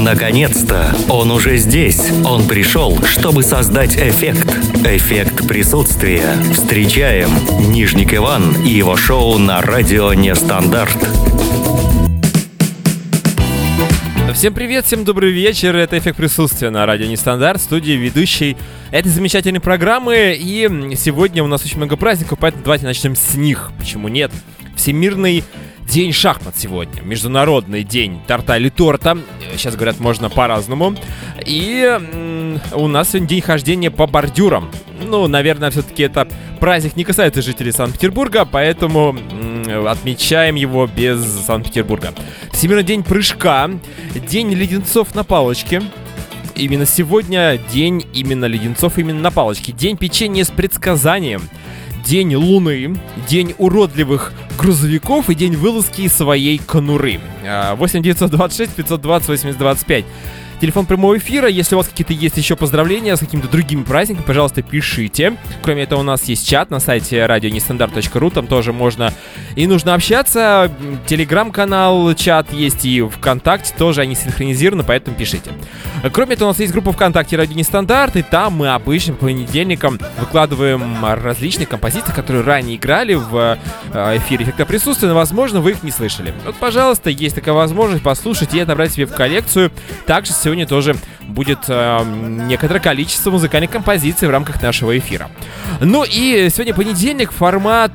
Наконец-то! Он уже здесь. Он пришел, чтобы создать эффект. Эффект присутствия. Встречаем Нижник Иван и его шоу на радио Нестандарт. Всем привет, всем добрый вечер. Это «Эффект присутствия» на радио Нестандарт, в студии ведущей этой замечательной программы. И сегодня у нас очень много праздников, поэтому давайте начнем с них. Почему нет? Всемирный день шахмат сегодня, Международный день торта или торта. Сейчас говорят, можно по-разному. И у нас сегодня день хождения по бордюрам. Ну, наверное, все-таки это праздник не касается жителей Санкт-Петербурга, поэтому отмечаем его без Санкт-Петербурга. Всемирный день прыжка, день леденцов на палочке. Именно сегодня день именно леденцов именно на палочке. День печенья с предсказанием. День Луны, день уродливых грузовиков и день вылазки из своей конуры. 8 926 520 80 25. Телефон прямого эфира. Если у вас какие-то есть еще поздравления с какими-то другими праздниками, пожалуйста, пишите. Кроме этого, у нас есть чат на сайте radionestandarт.ru. Там тоже можно и нужно общаться. Телеграм-канал, чат есть и ВКонтакте. Тоже они синхронизированы, поэтому пишите. Кроме этого, у нас есть группа ВКонтакте «Радио Нестандарт», и там мы обычно по понедельникам выкладываем различные композиции, которые ранее играли в эфире «Эффекта присутствия», но, возможно, вы их не слышали. Вот, пожалуйста, есть такая возможность послушать и отобрать себе в коллекцию. Также сегодня тоже будет некоторое количество музыкальных композиций в рамках нашего эфира. Ну и сегодня понедельник, формат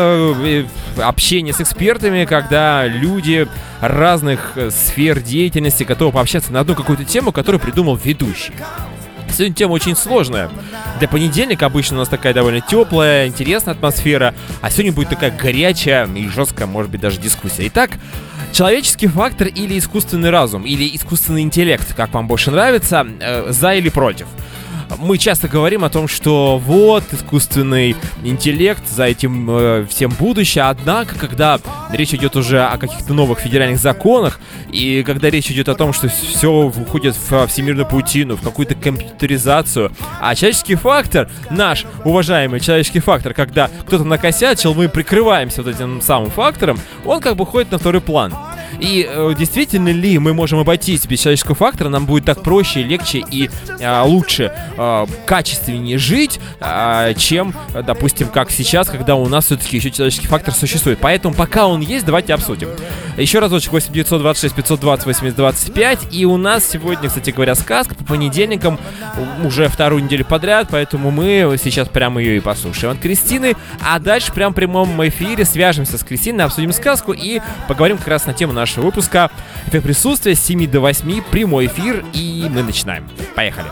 общения с экспертами, когда люди разных сфер деятельности готовы пообщаться на одну какую-то тему, которую придумал ведущий. Сегодня тема очень сложная. Для понедельника обычно у нас такая довольно теплая, интересная атмосфера, а сегодня будет такая горячая и жесткая, может быть, даже дискуссия. Итак, человеческий фактор или искусственный разум, или искусственный интеллект, как вам больше нравится, за или против? Мы часто говорим о том, что вот, искусственный интеллект, за этим всем будущее. Однако, когда речь идет уже о каких-то новых федеральных законах, и когда речь идет о том, что все уходит в всемирную паутину, в какую-то компьютеризацию, а человеческий фактор, наш уважаемый человеческий фактор, когда кто-то накосячил, мы прикрываемся вот этим самым фактором, он как бы уходит на второй план. И действительно ли мы можем обойтись без человеческого фактора, нам будет так проще, легче и лучше, качественнее жить, чем, допустим, как сейчас, когда у нас все-таки еще человеческий фактор существует. Поэтому пока он есть, давайте обсудим. Еще разочек, 8 926 520 80 25. И у нас сегодня, кстати говоря, сказка по понедельникам уже вторую неделю подряд, поэтому мы сейчас прямо ее и послушаем от Кристины. А дальше прямо в прямом эфире свяжемся с Кристиной, обсудим сказку и поговорим как раз на тему нашего выпуска «Эффект присутствия» с 7 до 8, прямой эфир, и мы начинаем. Поехали!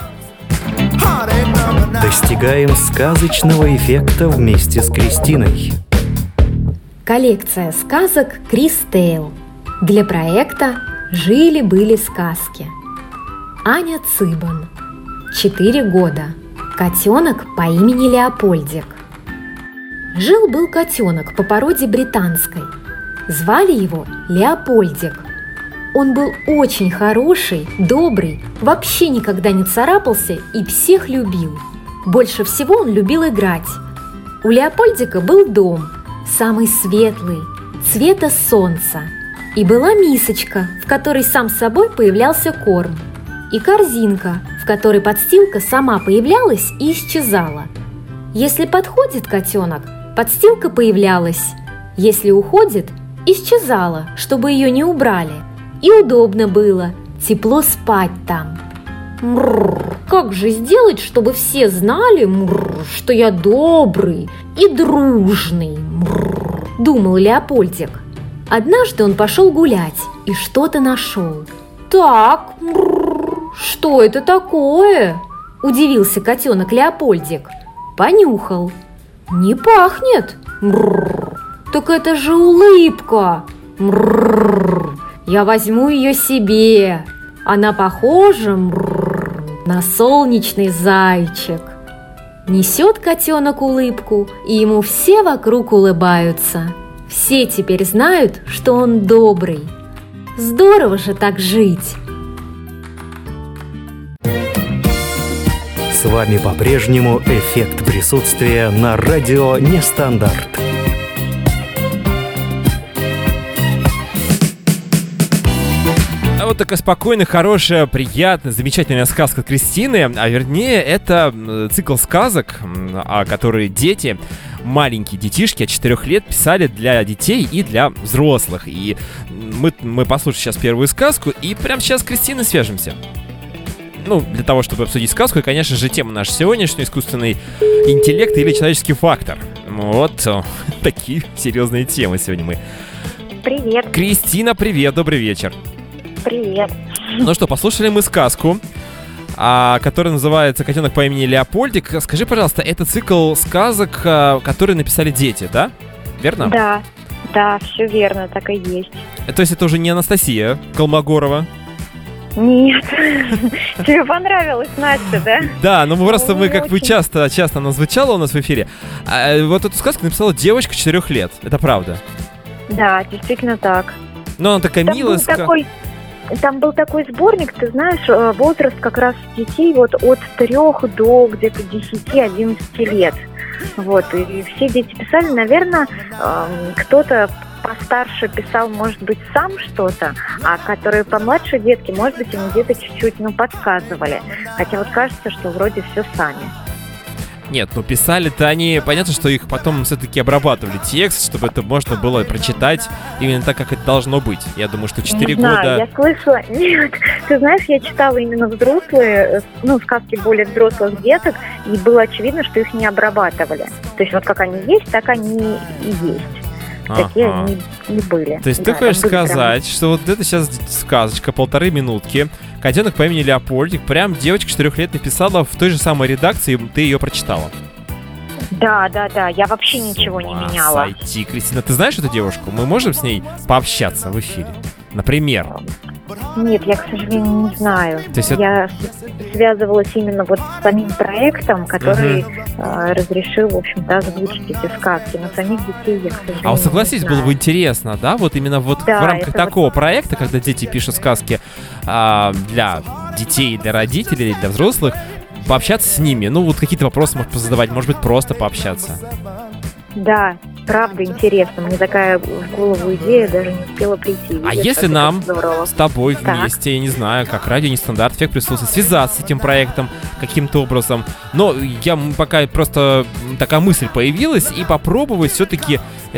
Достигаем сказочного эффекта вместе с Кристиной. Коллекция сказок Крис Тейл. Для проекта «Жили-были сказки». Аня Цыбан. 4 года. Котенок по имени Леопольдик. Жил-был котенок по породе британской. Звали его Леопольдик. Он был очень хороший, добрый, вообще никогда не царапался и всех любил. Больше всего он любил играть. У Леопольдика был дом, самый светлый, цвета солнца. И была мисочка, в которой сам собой появлялся корм. И корзинка, в которой подстилка сама появлялась и исчезала. Если подходит котенок, подстилка появлялась. Если уходит, исчезала, чтобы ее не убрали. И удобно было, тепло спать там. Мрррр, как же сделать, чтобы все знали, что я добрый и дружный, думал Леопольдик. Однажды он пошел гулять и что-то нашел. Так, что это такое? Удивился котенок Леопольдик. Понюхал. Не пахнет. Так это же улыбка. Я возьму ее себе. Она похожа на солнечный зайчик. Несет котенок улыбку, и ему все вокруг улыбаются. Все теперь знают, что он добрый. Здорово же так жить. С вами по-прежнему «Эффект присутствия» на радио Нестандарт. А вот такая спокойная, хорошая, приятная, замечательная сказка Кристины, а вернее это цикл сказок, которые дети, маленькие детишки от 4 лет писали для детей и для взрослых. И мы послушаем сейчас первую сказку, и прямо сейчас с Кристиной свяжемся. Ну, для того, чтобы обсудить сказку, и, конечно же, тема наша сегодняшняя — искусственный интеллект или человеческий фактор. Вот такие серьезные темы сегодня мы. Привет. Кристина, привет, добрый вечер. Привет. Ну что, послушали мы сказку, которая называется «Котенок по имени Леопольдик». Скажи, пожалуйста, это цикл сказок, которые написали дети, да? Верно? Да, все верно, так и есть. То есть это уже не Анастасия Колмогорова? Нет. Тебе понравилось, Настя, да? Да, но мы как бы Очень. часто она звучала у нас в эфире. Вот эту сказку написала девочка 4 лет, это правда? Да, действительно так. Но она такая милая. Там был такой сборник, ты знаешь, возраст как раз детей вот от 3 до где-то 10-11 лет. Вот, и все дети писали, наверное, кто-то постарше писал, может быть, сам что-то, а которые помладше детки, может быть, им где-то чуть-чуть, подсказывали. Хотя вот кажется, что вроде все сами. Нет, писали-то они, понятно, что их потом все-таки обрабатывали текст, чтобы это можно было прочитать именно так, как это должно быть. Я думаю, что 4 Не знаю, года... я слышала... Нет, ты знаешь, я читала именно взрослые, сказки более взрослых деток, и было очевидно, что их не обрабатывали. То есть вот как они есть, так они и есть. Такие они и были. То есть ты хочешь сказать, что вот это сейчас сказочка, 1,5 минутки, «Котенок по имени Леопольдик», прям девочка 4 лет написала в той же самой редакции, ты ее прочитала? Да, я вообще ничего не меняла. Сойти, Кристина, ты знаешь эту девушку? Мы можем с ней пообщаться в эфире? Например? Нет, я, к сожалению, не знаю. То есть я связывалась именно вот с самим проектом, который разрешил, в общем-то, озвучить эти сказки. Но самих детей я, к сожалению, А вот согласись, не знаю. было бы интересно, да? Вот именно вот Да, в рамках это такого проекта, когда дети пишут сказки для детей, для родителей, для взрослых, пообщаться с ними. Ну, вот какие-то вопросы, может, позадавать, может быть, просто пообщаться. Да, правда интересно. Мне такая в голову идея даже не успела прийти. А Видишь, если как нам это здорово. с тобой Так. вместе, я не знаю, как радио Нестандарт, эффект присутствия, связаться с этим проектом каким-то образом? Но пока просто такая мысль появилась, и попробовать все-таки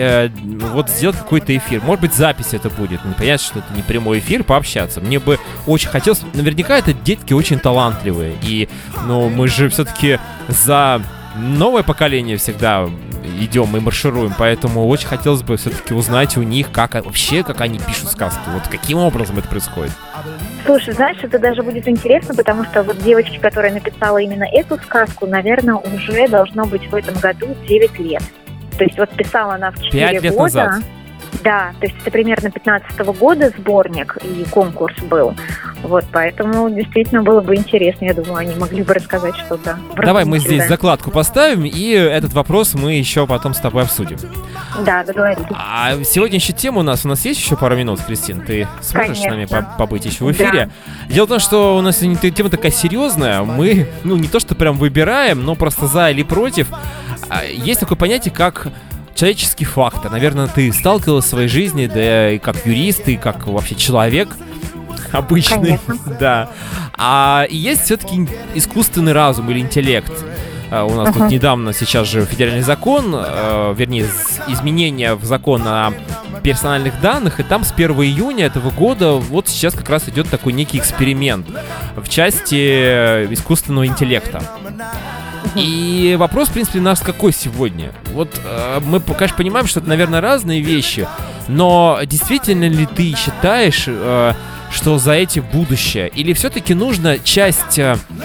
вот сделать какой-то эфир. Может быть, запись это будет. Понятно, что это не прямой эфир, пообщаться. Мне бы очень хотелось... Наверняка это детки очень талантливые. И, мы же все-таки за новое поколение всегда идем и маршируем, поэтому очень хотелось бы все-таки узнать у них, как они пишут сказки, вот каким образом это происходит. Слушай, знаешь, это даже будет интересно, потому что вот девочке, которая написала именно эту сказку, наверное, уже должно быть в этом году 9 лет. То есть вот писала она в 4 5 лет года. назад. Да, то есть это примерно 15-го года сборник и конкурс был. Вот, поэтому действительно было бы интересно. Я думаю, они могли бы рассказать что-то. Давай мы здесь закладку поставим, и этот вопрос мы еще потом с тобой обсудим. Да, договорились. А сегодня еще тема у нас есть еще пару минут, Кристин? Ты сможешь с нами побыть еще в эфире? Да. Дело в том, что у нас тема такая серьезная. Мы, не то что прям выбираем, но просто за или против. Есть такое понятие, как человеческий фактор. Наверное, ты сталкивалась в своей жизни, да и как юрист, и как вообще человек обычный. Конечно. Да. А есть все-таки искусственный разум или интеллект. У нас тут недавно сейчас же федеральный закон, вернее, изменения в закон о персональных данных, и там с 1 июня этого года вот сейчас как раз идет такой некий эксперимент в части искусственного интеллекта. И вопрос, в принципе, у нас какой сегодня? Вот мы, конечно, понимаем, что это, наверное, разные вещи, но действительно ли ты считаешь, что за этим будущее? Или все-таки нужно часть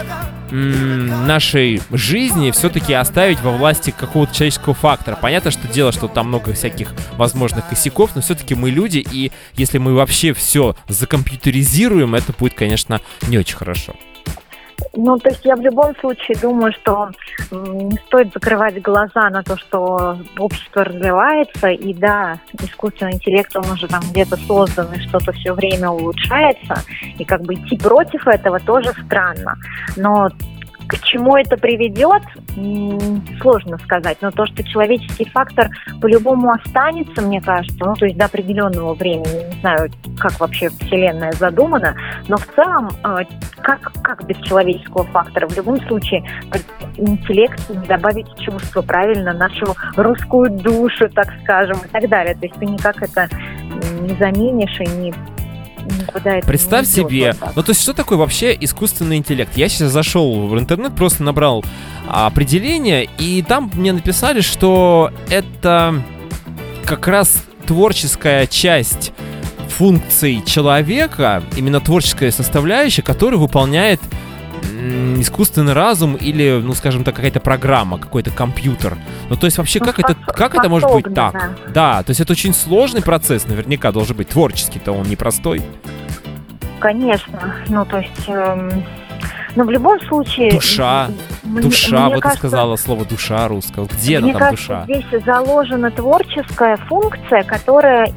нашей жизни все-таки оставить во власти какого-то человеческого фактора? Понятно, что дело, что там много всяких возможных косяков, но все-таки мы люди, и если мы вообще все закомпьютеризируем, это будет, конечно, не очень хорошо. То есть я в любом случае думаю, что не стоит закрывать глаза на то, что общество развивается, и да, искусственный интеллект, он уже там где-то создан, и что-то все время улучшается, и как бы идти против этого тоже странно. Но к чему это приведет, сложно сказать. Но то, что человеческий фактор по-любому останется, мне кажется, ну, то есть до определенного времени. Не знаю, как вообще Вселенная задумана, но в целом, как без человеческого фактора? В любом случае, интеллект добавить чувство, правильно, нашу русскую душу, так скажем, и так далее. То есть ты никак это не заменишь и не... Представь себе, ну то есть что такое вообще искусственный интеллект? Я сейчас зашел в интернет, просто набрал определение, и там мне написали, что это как раз творческая часть функций человека, именно творческая составляющая, которую выполняет искусственный разум или, ну, скажем так, какая-то программа, какой-то компьютер. Ну, то есть вообще, как это может быть так? Да, то есть это очень сложный процесс, наверняка должен быть. Творческий-то он непростой. Конечно. Ну, то есть... но в любом случае... Душа, вот кажется, ты сказала слово душа русского. Где она там, душа? Здесь заложена творческая функция, которая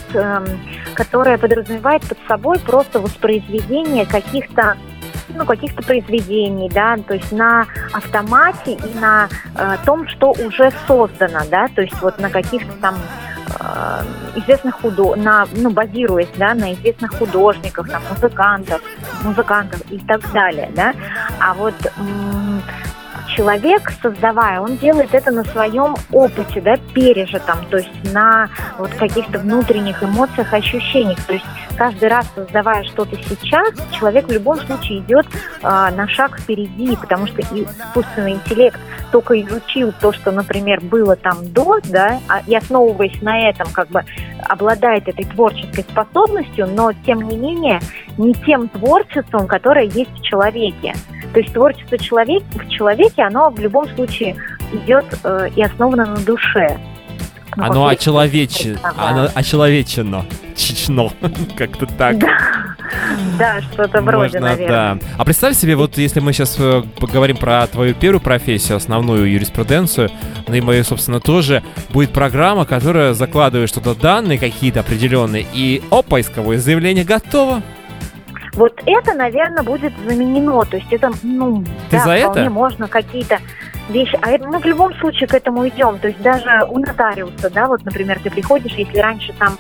подразумевает под собой просто воспроизведение каких-то произведений, да, то есть на автомате и на том, что уже создано, да, то есть вот на каких-то там известных базируясь, да, на известных художниках, там, музыкантов и так далее, да, а вот человек, создавая, он делает это на своем опыте, да, пережитом, то есть на вот каких-то внутренних эмоциях, ощущениях. То есть каждый раз, создавая что-то сейчас, человек в любом случае идет на шаг впереди, потому что искусственный интеллект только изучил то, что, например, было там до, да, и основываясь на этом, как бы обладает этой творческой способностью, но, тем не менее, не тем творчеством, которое есть в человеке. То есть творчество в человеке, оно в любом случае идет и основано на душе. Оно очеловечено. Чечно. Как-то так. Да, что-то вроде, наверное. Да. А представь себе, вот если мы сейчас поговорим про твою первую профессию, основную юриспруденцию, ну и мою, собственно, тоже, будет программа, которая закладывает что-то данные какие-то определенные, и исковое заявление готово. Вот это, наверное, будет заменено. То есть это, Ты за это? Вполне можно какие-то вещи. А мы в любом случае к этому идем. То есть даже у нотариуса, да, вот, например, ты приходишь, если раньше там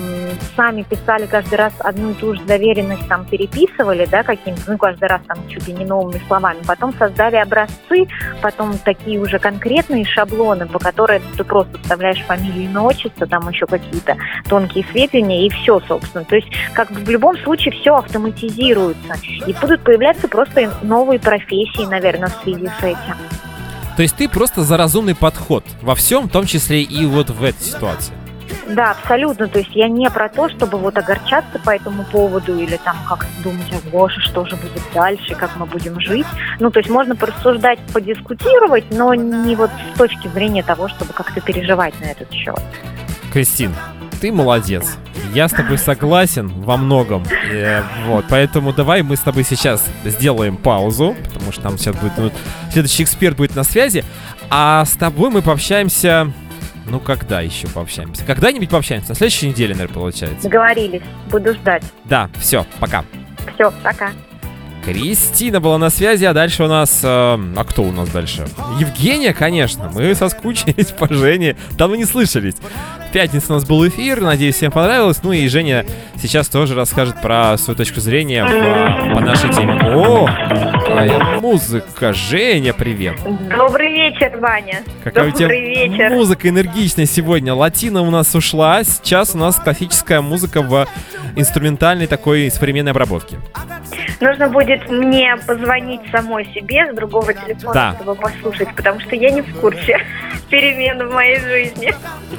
сами писали каждый раз одну и ту же доверенность, там переписывали, да, какими-то, каждый раз там чуть ли не новыми словами. Потом создали образцы, потом такие уже конкретные шаблоны, по которым ты просто вставляешь фамилию, имя, отчество, там еще какие-то тонкие сведения, и все, собственно. То есть как бы в любом случае все автоматизируется. И будут появляться просто новые профессии, наверное, в связи с этим. То есть ты просто за разумный подход во всем, в том числе и вот в этой ситуации? Да, абсолютно. То есть я не про то, чтобы вот огорчаться по этому поводу или там как-то думать, боже, что же будет дальше, как мы будем жить. Ну, то есть можно порассуждать, подискутировать, но не вот с точки зрения того, чтобы как-то переживать на этот счет. Кристин, ты молодец. Я с тобой согласен во многом. Вот, поэтому давай мы с тобой сейчас сделаем паузу, потому что там сейчас будет следующий эксперт будет на связи, а с тобой мы пообщаемся. Ну, когда еще пообщаемся? Когда-нибудь пообщаемся? На следующей неделе, наверное, получается. Договорились. Буду ждать. Да, все, пока. Все, пока. Кристина была на связи, а дальше у нас... А кто у нас дальше? Евгения, конечно. Мы соскучились по Жене. Давно не слышались. В пятницу у нас был эфир. Надеюсь, всем понравилось. Ну и Женя сейчас тоже расскажет про свою точку зрения по нашей теме. О, какая музыка. Женя, привет. Добрый вечер, Ваня. Какая Добрый вечер. Музыка энергичная сегодня. Латина у нас ушла. Сейчас у нас классическая музыка в инструментальной такой современной обработке. Нужно будет мне позвонить самой себе с другого телефона, да, чтобы послушать, потому что я не в курсе перемен в моей жизни.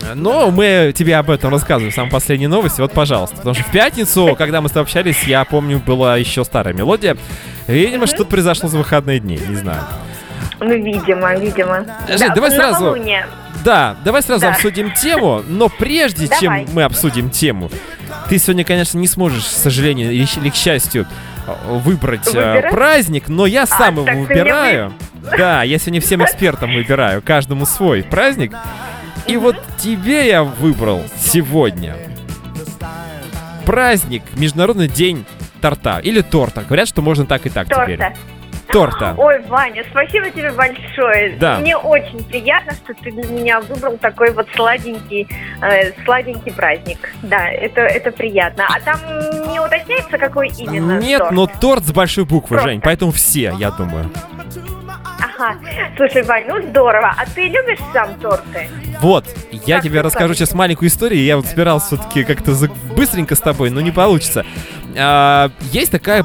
Но мы тебе об этом рассказываем в самой последней новости. Вот, пожалуйста. Потому что в пятницу, когда мы с тобой общались, я помню, была еще старая мелодия. Видимо, что-то произошло за выходные дни. Не знаю. Ну, видимо. Жень, да, давай сразу... новолуние. Да, давай сразу обсудим тему. Но прежде чем мы обсудим тему, ты сегодня, конечно, не сможешь, к сожалению или к счастью, выбрать праздник, но я сам его выбираю. Да, я сегодня всем экспертам выбираю, каждому свой праздник. И вот тебе я выбрал сегодня праздник, Международный день торта или торта. Говорят, что можно так и так торта. Теперь. торта. Ой, Ваня, спасибо тебе большое. Да. Мне очень приятно, что ты для меня выбрал такой вот сладенький праздник. Да, это приятно. А там не уточняется, какой именно Нет, торт? но торт с большой буквы, Просто. Жень, поэтому все, я думаю. Ага. Слушай, Вань, ну здорово. А ты любишь сам торты? Вот, я Как тебе ты расскажу скажешь? сейчас маленькую историю. Я вот собирался все-таки как-то быстренько с тобой, но не получится. Есть такой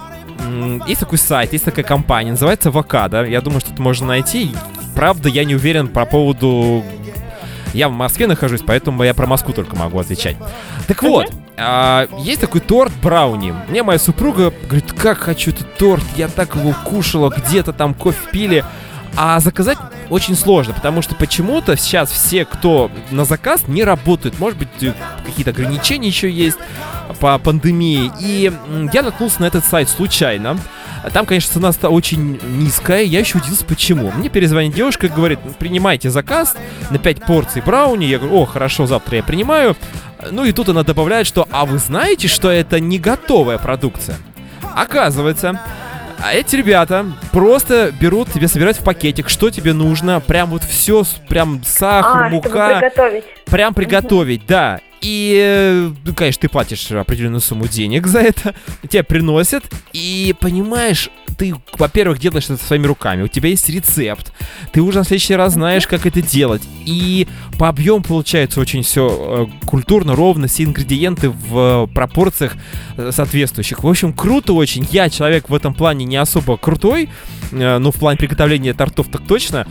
сайт, есть такая компания, называется Avocado. Я думаю, что это можно найти. Правда, я не уверен по поводу... Я в Москве нахожусь, поэтому я про Москву только могу отвечать. Так вот, есть такой торт брауни. Мне моя супруга говорит, как хочу этот торт, я так его кушала, где-то там кофе пили. А заказать очень сложно, потому что почему-то сейчас все, кто на заказ, не работают. Может быть, какие-то ограничения еще есть по пандемии. И я наткнулся на этот сайт случайно. Там, конечно, цена стала очень низкая. Я еще удивился, почему. Мне перезвонит девушка и говорит, принимайте заказ на 5 порций брауни. Я говорю, о, хорошо, завтра я принимаю. Ну и тут она добавляет, что, а вы знаете, что это не готовая продукция? Оказывается... А эти ребята просто берут, тебе собирают в пакетик, что тебе нужно, прям вот все, прям сахар, чтобы мука, приготовить. прям приготовить, да. И, ну, конечно, ты платишь определенную сумму денег за это, тебе приносят, и понимаешь, ты, во-первых, делаешь это своими руками, у тебя есть рецепт, ты уже на следующий раз знаешь, как это делать, и по объему получается очень все культурно, ровно, все ингредиенты в пропорциях соответствующих. В общем, круто очень. Я человек в этом плане не особо крутой, ну, в плане приготовления тортов так точно.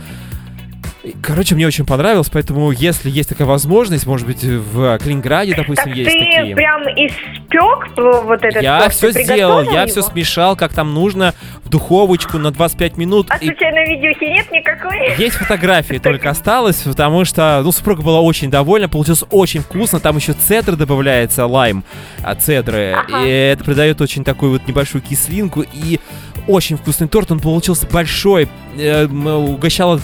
Короче, мне очень понравилось, поэтому если есть такая возможность, может быть, в Калининграде, допустим, Так есть ты такие. прям испек вот этот Я торт? все Ты сделал, приготовил я его? все смешал, как там нужно, в духовочку на 25 минут. А И случайно видюхи нет никакой? есть фотографии, только осталось, потому что, ну, супруга была очень довольна, получилось очень вкусно, там еще цедра добавляется, лайм от цедры, Ага. и это придает очень такую вот небольшую кислинку, и очень вкусный торт, он получился большой, угощала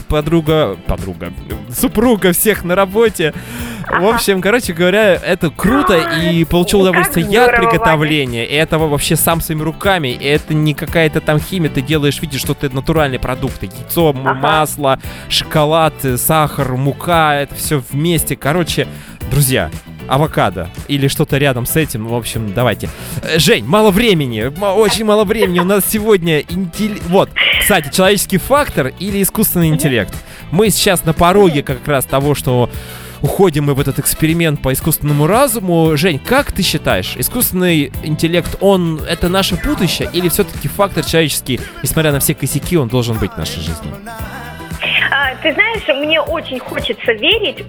супруга всех на работе. В общем, короче говоря, это круто, и получил Как удовольствие я от здорово, приготовления, и это вообще сам своими руками, и это не какая-то там химия, ты делаешь, видишь, что это натуральные продукты, яйцо, масло, шоколад, сахар, мука, это все вместе, короче, друзья. Авокадо или что-то рядом с этим. В общем, давайте. Жень, мало времени. Очень мало времени. У нас сегодня Вот, кстати, человеческий фактор или искусственный интеллект. Мы сейчас на пороге как раз того, что уходим мы в этот эксперимент по искусственному разуму. Жень, как ты считаешь, искусственный интеллект, он это наше будущее или все-таки фактор человеческий, несмотря на все косяки, он должен быть в нашей жизни? Ты знаешь, мне очень хочется верить,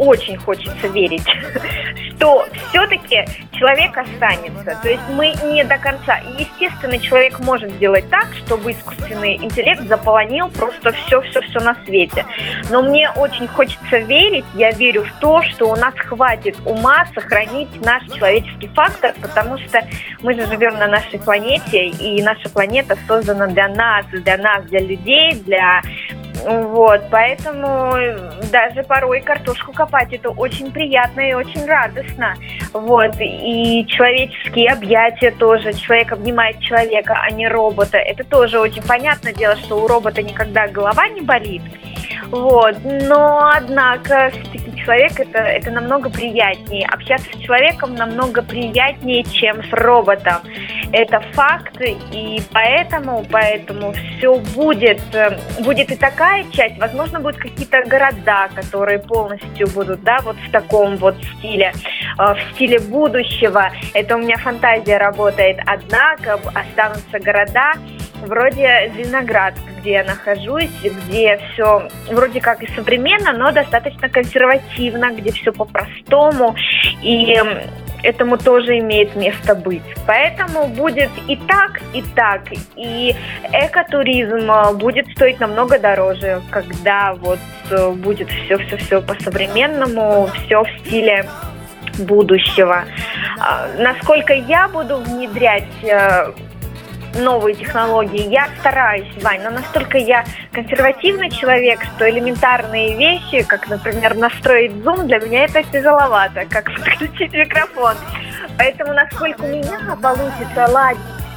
что все-таки человек останется. То есть мы не до конца. Естественно, человек может сделать так, чтобы искусственный интеллект заполонил просто все на свете. Но мне очень хочется верить, я верю в то, что у нас хватит ума сохранить наш человеческий фактор, потому что мы же живем на нашей планете, и наша планета создана для нас, для людей, Вот, поэтому даже порой картошку копать это очень приятно и очень радостно. Вот, и человеческие объятия тоже. Человек обнимает человека, а не робота. Это тоже очень понятное дело, что у робота никогда голова не болит. Вот, но однако все-таки человек это намного приятнее. Общаться с человеком намного приятнее, чем с роботом. Это факт, и поэтому все будет и такая часть. Возможно, будут какие-то города, которые полностью будут, да, вот в таком вот стиле, в стиле будущего. Это у меня фантазия работает. Однако останутся города вроде Зеленоградск, где я нахожусь, где все вроде как и современно, но достаточно консервативно, где все по-простому, и этому тоже имеет место быть. Поэтому будет и так, и экотуризм будет стоить намного дороже, когда вот будет все по-современному, все в стиле будущего. Насколько я буду внедрять новые технологии, я стараюсь, Вань, но настолько я консервативный человек, что элементарные вещи, как, например, настроить Zoom, для меня это тяжеловато, как подключить микрофон. Поэтому насколько у меня получится ладить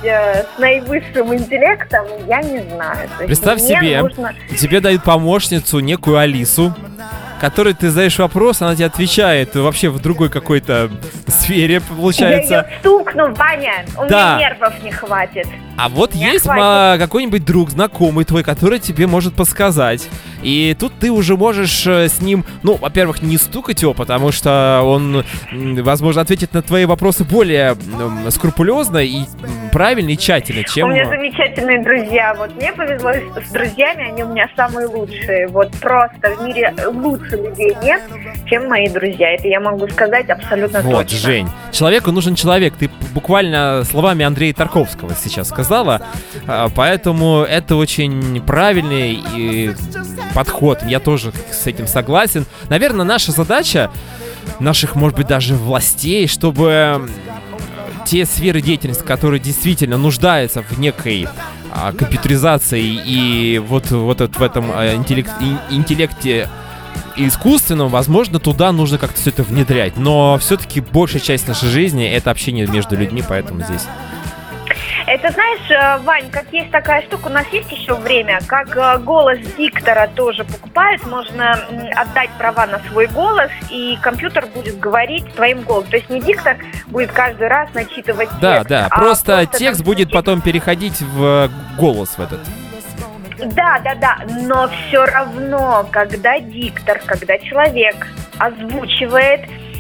с наивысшим интеллектом, я не знаю. То есть Представь мне себе, нужно... тебе дают помощницу, некую Алису, которой ты задаешь вопрос, она тебе отвечает вообще в другой какой-то сфере, получается. Я ее стукну, Ваня, у Да. меня нервов не хватит. А вот Не есть хватит. какой-нибудь друг, знакомый твой, который тебе может подсказать. И тут ты уже можешь с ним, ну, во-первых, не стукать его, потому что он, возможно, ответит на твои вопросы более скрупулезно и правильно и тщательно, чем... У меня замечательные друзья. Вот мне повезло с друзьями, они у меня самые лучшие. Вот просто в мире лучше людей нет, чем мои друзья. Это я могу сказать абсолютно Вот, точно. Жень, человеку нужен человек. Ты буквально словами Андрея Тарковского сейчас сказала. Поэтому это очень правильный подход. Я тоже с этим согласен. Наверное, наша задача, наших, может быть, даже властей, чтобы те сферы деятельности, которые действительно нуждаются в некой компьютеризации и вот в этом интеллекте искусственном, возможно, туда нужно как-то все это внедрять. Но все-таки большая часть нашей жизни — это общение между людьми, поэтому здесь... Это знаешь, Вань, как есть такая штука, у нас есть еще время, как голос диктора тоже покупают, можно отдать права на свой голос, и компьютер будет говорить твоим голосом. То есть не диктор будет каждый раз начитывать текст. Да, просто текст там будет потом переходить в голос в этот. Да, но все равно, когда диктор, когда человек озвучивает,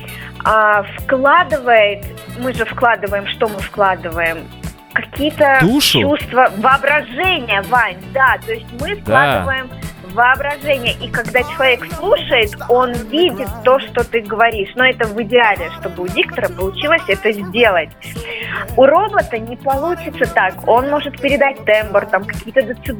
вкладывает, мы же вкладываем, что мы вкладываем? Какие-то душу? Чувства, воображение, Вань, да, то есть мы вкладываем воображение, и когда человек слушает, он видит то, что ты говоришь, но это в идеале, чтобы у диктора получилось это сделать. У робота не получится так, он может передать тембр, там какие-то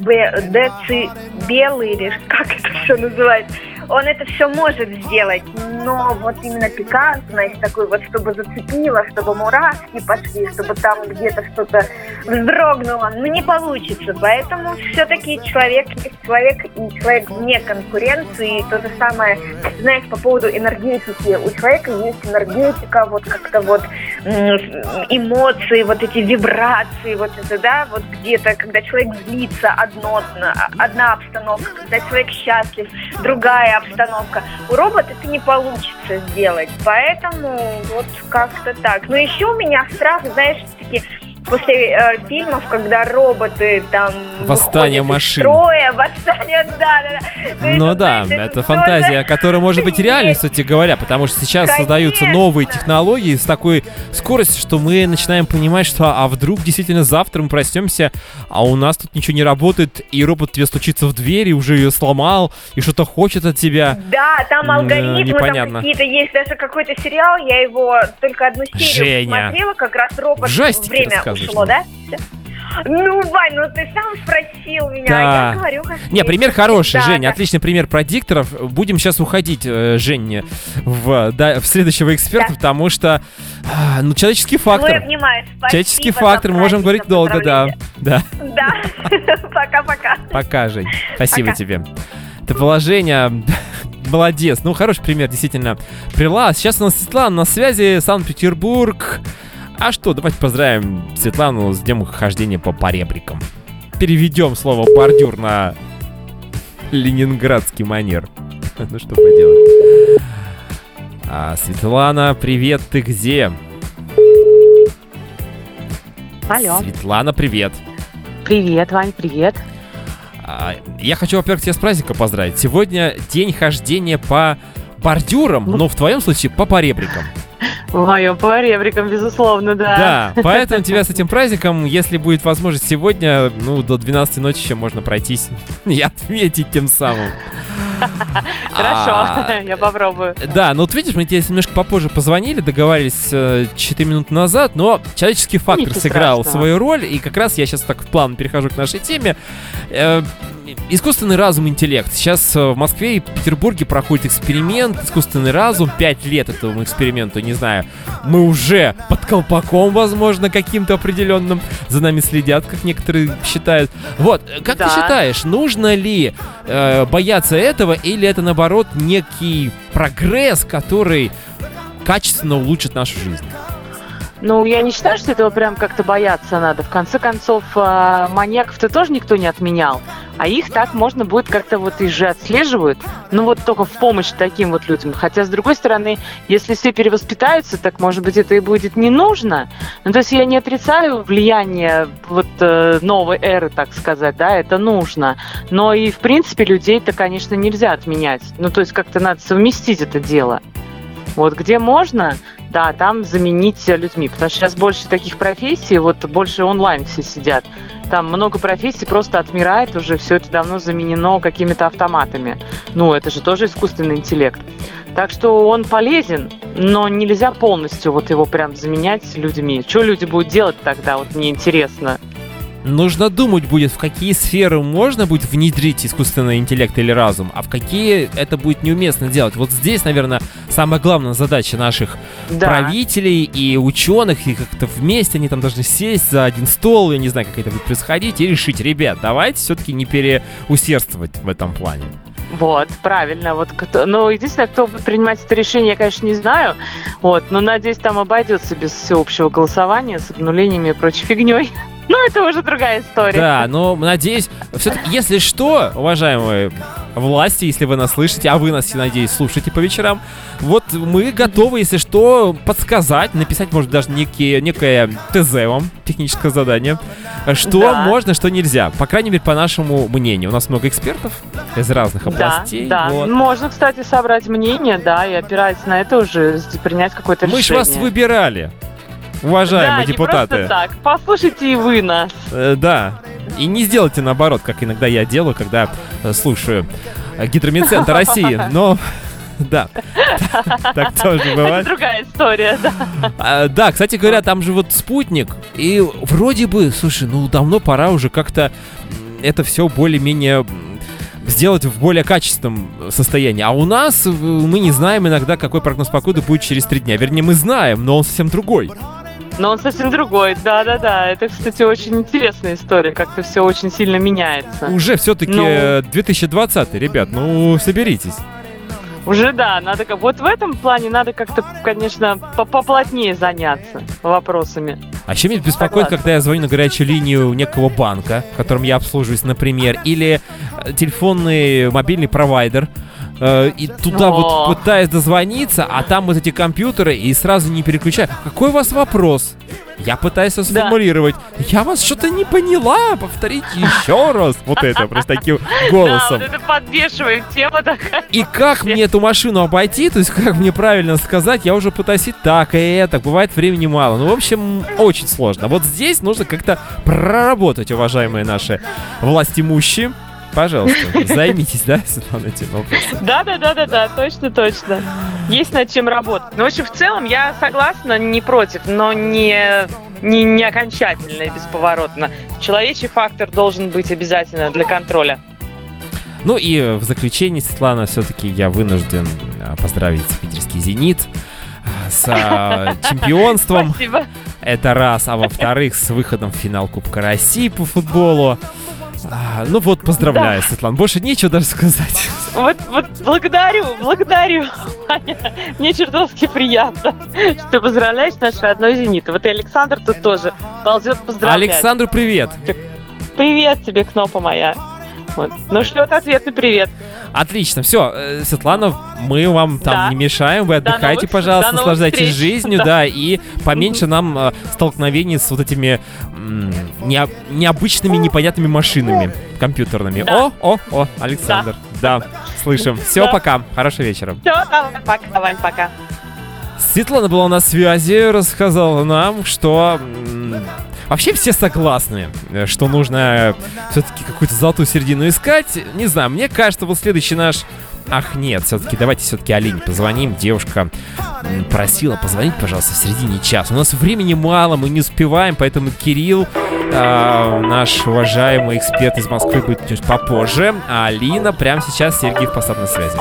децибелы, или как это все называется, он это все может сделать, но вот именно пикантность, такой вот, чтобы зацепило, чтобы мурашки пошли, чтобы там где-то что-то вздрогнуло, не получится, поэтому все-таки человек есть человек, и человек вне конкуренции, и то же самое, знаешь, по поводу энергетики, у человека есть энергетика, вот как-то вот эмоции, вот эти вибрации, вот это, да, вот где-то, когда человек злится, одна обстановка, когда человек счастлив, другая обстановка. У робота это не получится сделать, поэтому вот как-то так. Но еще у меня страх, знаешь, все-таки после фильмов, когда роботы там Восстание выходят из машин. строя, восстание, да. Ну да, это фантазия, которая может быть реальной, кстати говоря, потому что сейчас Конечно. создаются новые технологии с такой скоростью, что мы начинаем понимать, что а вдруг действительно завтра мы проснемся, а у нас тут ничего не работает, и робот тебе стучится в дверь, и уже ее сломал, и что-то хочет от тебя. Да, там алгоритмы, непонятно. там какие-то есть, даже какой-то сериал, я его только одну серию Женя, смотрела, как раз робот ужастики время рассказываешь ушло, нам. да? Ну, Вань, ну ты сам спросил меня, Да. я говорю, как Не, есть. пример хороший, Да, Женя, да. отличный пример про дикторов. Будем сейчас уходить, Женя, в следующего эксперта, Да. потому что, ну, человеческий Ну, я фактор. понимаю, спасибо Человеческий за фактор, мы можем говорить правильное долго, да. направление. Да. Да, пока-пока. Пока, Жень. Спасибо Пока. тебе. Это положение... Молодец. Ну, хороший пример, действительно. Прила. Сейчас у нас Светлана на связи. Санкт-Петербург. А что, давайте поздравим Светлану с днем хождения по поребрикам. Переведем слово бордюр на ленинградский манер. Ну, что поделать. Светлана, привет, ты где? Алло. Светлана, привет. Привет, Вань, привет. Я хочу, во-первых, тебя с праздником поздравить. Сегодня день хождения по бордюрам, но в твоем случае по поребрикам. В моем по ребрикам, безусловно, да. Да, поэтому тебя с этим праздником, если будет возможность сегодня, ну, до 12 ночи еще можно пройтись и отметить тем самым. Хорошо, я попробую. Да, ну вот видишь, мы тебе немножко попозже позвонили, договаривались 4 минуты назад, но человеческий фактор Ничего сыграл страшного. свою роль, и как раз я сейчас так в план перехожу к нашей теме. Искусственный разум, интеллект. Сейчас в Москве и Петербурге проходит эксперимент «Искусственный разум». 5 лет этому эксперименту, не знаю. Мы уже под колпаком, возможно, каким-то определенным. За нами следят, как некоторые считают. Вот, как ты Да. считаешь, нужно ли бояться этого, или это, наоборот, некий прогресс, который качественно улучшит нашу жизнь? Ну, я не считаю, что этого прям как-то бояться надо. В конце концов, маньяков-то тоже никто не отменял. А их так можно будет как-то вот их же отслеживают. Ну, вот только в помощь таким вот людям. Хотя, с другой стороны, если все перевоспитаются, так, может быть, это и будет не нужно. Ну, то есть я не отрицаю влияние вот новой эры, так сказать, да, это нужно. Но и, в принципе, людей-то, конечно, нельзя отменять. Ну, то есть как-то надо совместить это дело. Вот где можно, да, там заменить людьми. Потому что сейчас больше таких профессий, вот больше онлайн все сидят. Там много профессий просто отмирает уже, все это давно заменено какими-то автоматами. Ну, это же тоже искусственный интеллект. Так что он полезен, но нельзя полностью вот его прям заменять людьми. Что люди будут делать тогда, вот мне интересно. Нужно думать будет, в какие сферы можно будет внедрить искусственный интеллект или разум, а в какие это будет неуместно делать. Вот здесь, наверное, самая главная задача наших правителей и ученых, и как-то вместе они там должны сесть за один стол, я не знаю, как это будет происходить, и решить, ребят, давайте все-таки не переусердствовать в этом плане. Вот, правильно. Вот, ну, единственное, кто будет принимать это решение, я, конечно, не знаю. Вот, но, надеюсь, там обойдется без всеобщего голосования с обнулениями и прочей фигней. Ну, это уже другая история. Да, но, надеюсь, все-таки, если что, уважаемые власти, если вы нас слышите, а вы нас, я надеюсь, слушаете по вечерам, вот мы готовы, если что, подсказать, написать, может, даже некое ТЗ вам, техническое задание, что можно, что нельзя. По крайней мере, по нашему мнению. У нас много экспертов из разных областей. Да, вот. Можно, кстати, собрать мнение, да, и опираясь на это уже принять какое-то решение. Мы ж вас выбирали, уважаемые депутаты. Да, не просто так. Послушайте и вы нас. Да. И не сделайте наоборот, как иногда я делаю, когда слушаю Гидромедцентр России. Но, да, так тоже бывает. Это другая история, да. Да, кстати говоря, там же вот спутник. И вроде бы, слушай, ну давно пора уже как-то это все более-менее сделать в более качественном состоянии. А у нас мы не знаем иногда, какой прогноз погоды будет через 3 дня. Вернее, мы знаем, но он совсем другой. Но он совсем другой, да-да-да. Это, кстати, очень интересная история, как-то все очень сильно меняется. Уже все-таки 2020, ребят, ну соберитесь. Уже да, надо вот в этом плане надо как-то, конечно, поплотнее заняться вопросами. А еще меня беспокоит, когда я звоню на горячую линию некого банка, в котором я обслуживаюсь, например, или телефонный мобильный провайдер, и туда вот пытаюсь дозвониться, а там вот эти компьютеры, и сразу не переключаю. Какой у вас вопрос? Я пытаюсь сформулировать. Я вас что-то не поняла. Повторите еще раз. Вот это, просто таким голосом. Да, вот это подбешивает тема такая. И как мне эту машину обойти, то есть как мне правильно сказать, я уже пытаюсь и так, и это. Бывает времени мало. Ну, в общем, очень сложно. Вот здесь нужно как-то проработать, уважаемые наши властимущие. Пожалуйста, займитесь, да, Светлана, этим вопросом? Да, точно. Есть над чем работать. Ну, в общем, в целом я согласна, не против, но не окончательно и бесповоротно. Человечий фактор должен быть обязательно для контроля. Ну и в заключение, Светлана, все-таки я вынужден поздравить питерский «Зенит» с чемпионством. Спасибо. Это раз, а во-вторых, с выходом в финал Кубка России по футболу. Ну вот, поздравляю, да. Светлана, больше нечего даже сказать. Вот благодарю, Аня. Мне чертовски приятно, что ты поздравляешь наш родной «Зенит». Вот и Александр тут тоже ползет поздравлять. Александру привет. Привет тебе, Кнопа моя. Вот. Ну шлет ответный привет. Отлично, все, Светлана, мы вам там не мешаем, вы отдыхайте, пожалуйста, наслаждайтесь жизнью, да, и поменьше нам столкновений с вот этими необычными, непонятными машинами компьютерными. Да. О, Александр, да, слышим. Все, пока, хорошего вечера. Все, пока, Вань, пока. Светлана была на связи, рассказала нам, что вообще все согласны, что нужно все-таки какую-то золотую середину искать. Не знаю, мне кажется, вот следующий наш... Ах, нет, давайте все-таки Алине позвоним. Девушка просила позвонить, пожалуйста, в середине часа. У нас времени мало, мы не успеваем, поэтому Кирилл, наш уважаемый эксперт из Москвы, будет чуть попозже. А Алина прямо сейчас, Сергеев Посад на связи.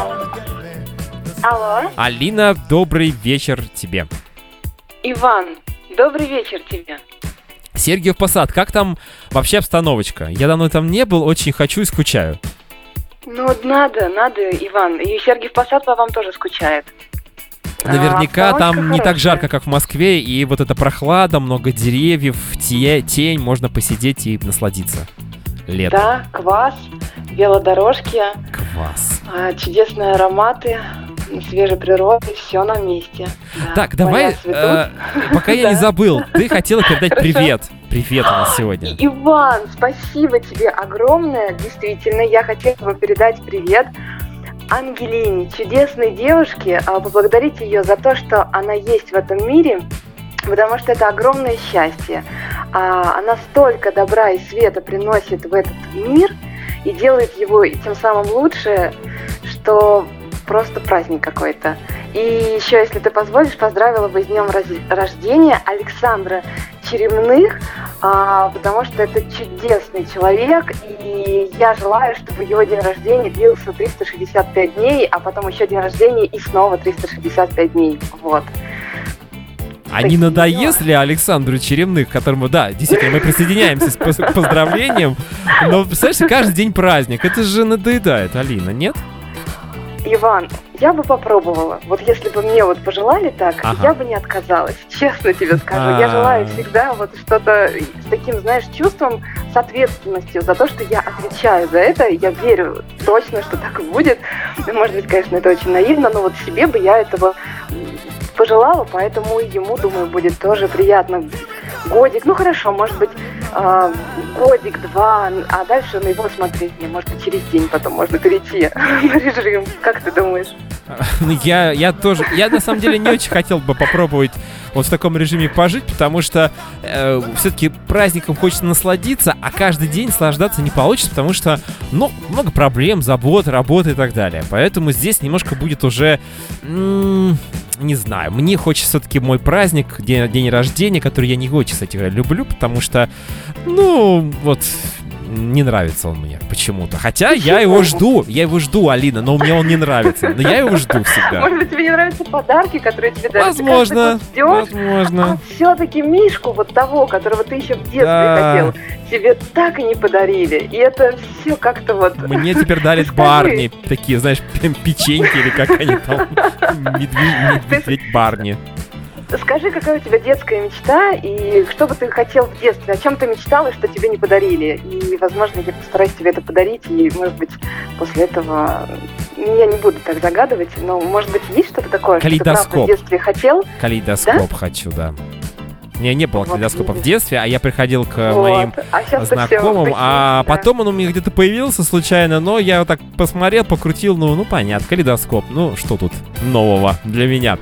Алло. Алина, добрый вечер тебе. Иван, добрый вечер тебе. Сергиев Посад, как там вообще обстановочка? Я давно там не был, очень хочу и скучаю. Ну, надо, Иван. И Сергиев Посад по вам тоже скучает. Наверняка Обстановочка там не так хорошая. жарко, как в Москве, и вот эта прохлада, много деревьев, тень, можно посидеть и насладиться летом. Да, квас, велодорожки, Класс. чудесные ароматы, свежей природы, все на месте. Да. Так, давай, Моя цветут. пока я не Да. забыл, ты хотела передать Хорошо. привет. Привет у нас сегодня. Иван, спасибо тебе огромное. Действительно, я хотела бы передать привет Ангелине, чудесной девушке, поблагодарить ее за то, что она есть в этом мире, потому что это огромное счастье. Она столько добра и света приносит в этот мир и делает его тем самым лучше, что просто праздник какой-то. И еще, если ты позволишь, поздравила бы с днем рождения Александра Черемных, потому что это чудесный человек, и я желаю, чтобы его день рождения длился 365 дней, а потом еще день рождения и снова 365 дней. Вот. А не надоест ли Александру Черемных, к которому, да, действительно, мы присоединяемся к поздравлениям, но, представляешь, каждый день праздник, это же надоедает, Алина, нет? Иван, я бы попробовала. Вот если бы мне вот пожелали так, Ага. я бы не отказалась. Честно тебе скажу. Я желаю всегда вот что-то с таким, знаешь, чувством, с ответственностью за то, что я отвечаю за это. Я верю точно, что так и будет. Может быть, конечно, это очень наивно, но вот себе бы я этого пожелала, поэтому и ему, думаю, будет тоже приятно. Годик, ну хорошо, может быть, годик-два, а дальше на его усмотрение, может быть, через день потом можно перейти на режим. Как ты думаешь? Я тоже, я на самом деле не очень хотел бы попробовать вот в таком режиме пожить, потому что все-таки праздником хочется насладиться, а каждый день наслаждаться не получится, потому что, ну, много проблем, забот, работы и так далее. Поэтому здесь немножко будет уже, не знаю, мне хочется все-таки мой праздник, день рождения, который я не очень, кстати, люблю, потому что, ну, вот... Не нравится он мне почему-то. Хотя я его жду, Алина, но мне он не нравится. Но я его жду всегда. Может быть, тебе не нравятся подарки, которые тебе дают? Возможно, Ты каждый год ждёшь, возможно. а все-таки Мишку вот того, которого ты еще в детстве Да. хотел, тебе так и не подарили. И это все как-то вот... Мне теперь дарят Скажи. барни, такие, знаешь, печеньки или как они там, медведь-барни. Скажи, какая у тебя детская мечта, и что бы ты хотел в детстве, о чем ты мечтал, и что тебе не подарили. И, возможно, я постараюсь тебе это подарить, и, может быть, после этого... Я не буду так загадывать, но, может быть, есть что-то такое, что ты правда Калейдоскоп. в детстве хотел? Калейдоскоп хочу, да. У меня не было Вот калейдоскопа в видишь. детстве, а я приходил к Вот. моим А сейчас-то все знакомым, такие, а да. потом он у меня где-то появился случайно, но я вот так посмотрел, покрутил, ну понятно, калейдоскоп, ну что тут нового для меня.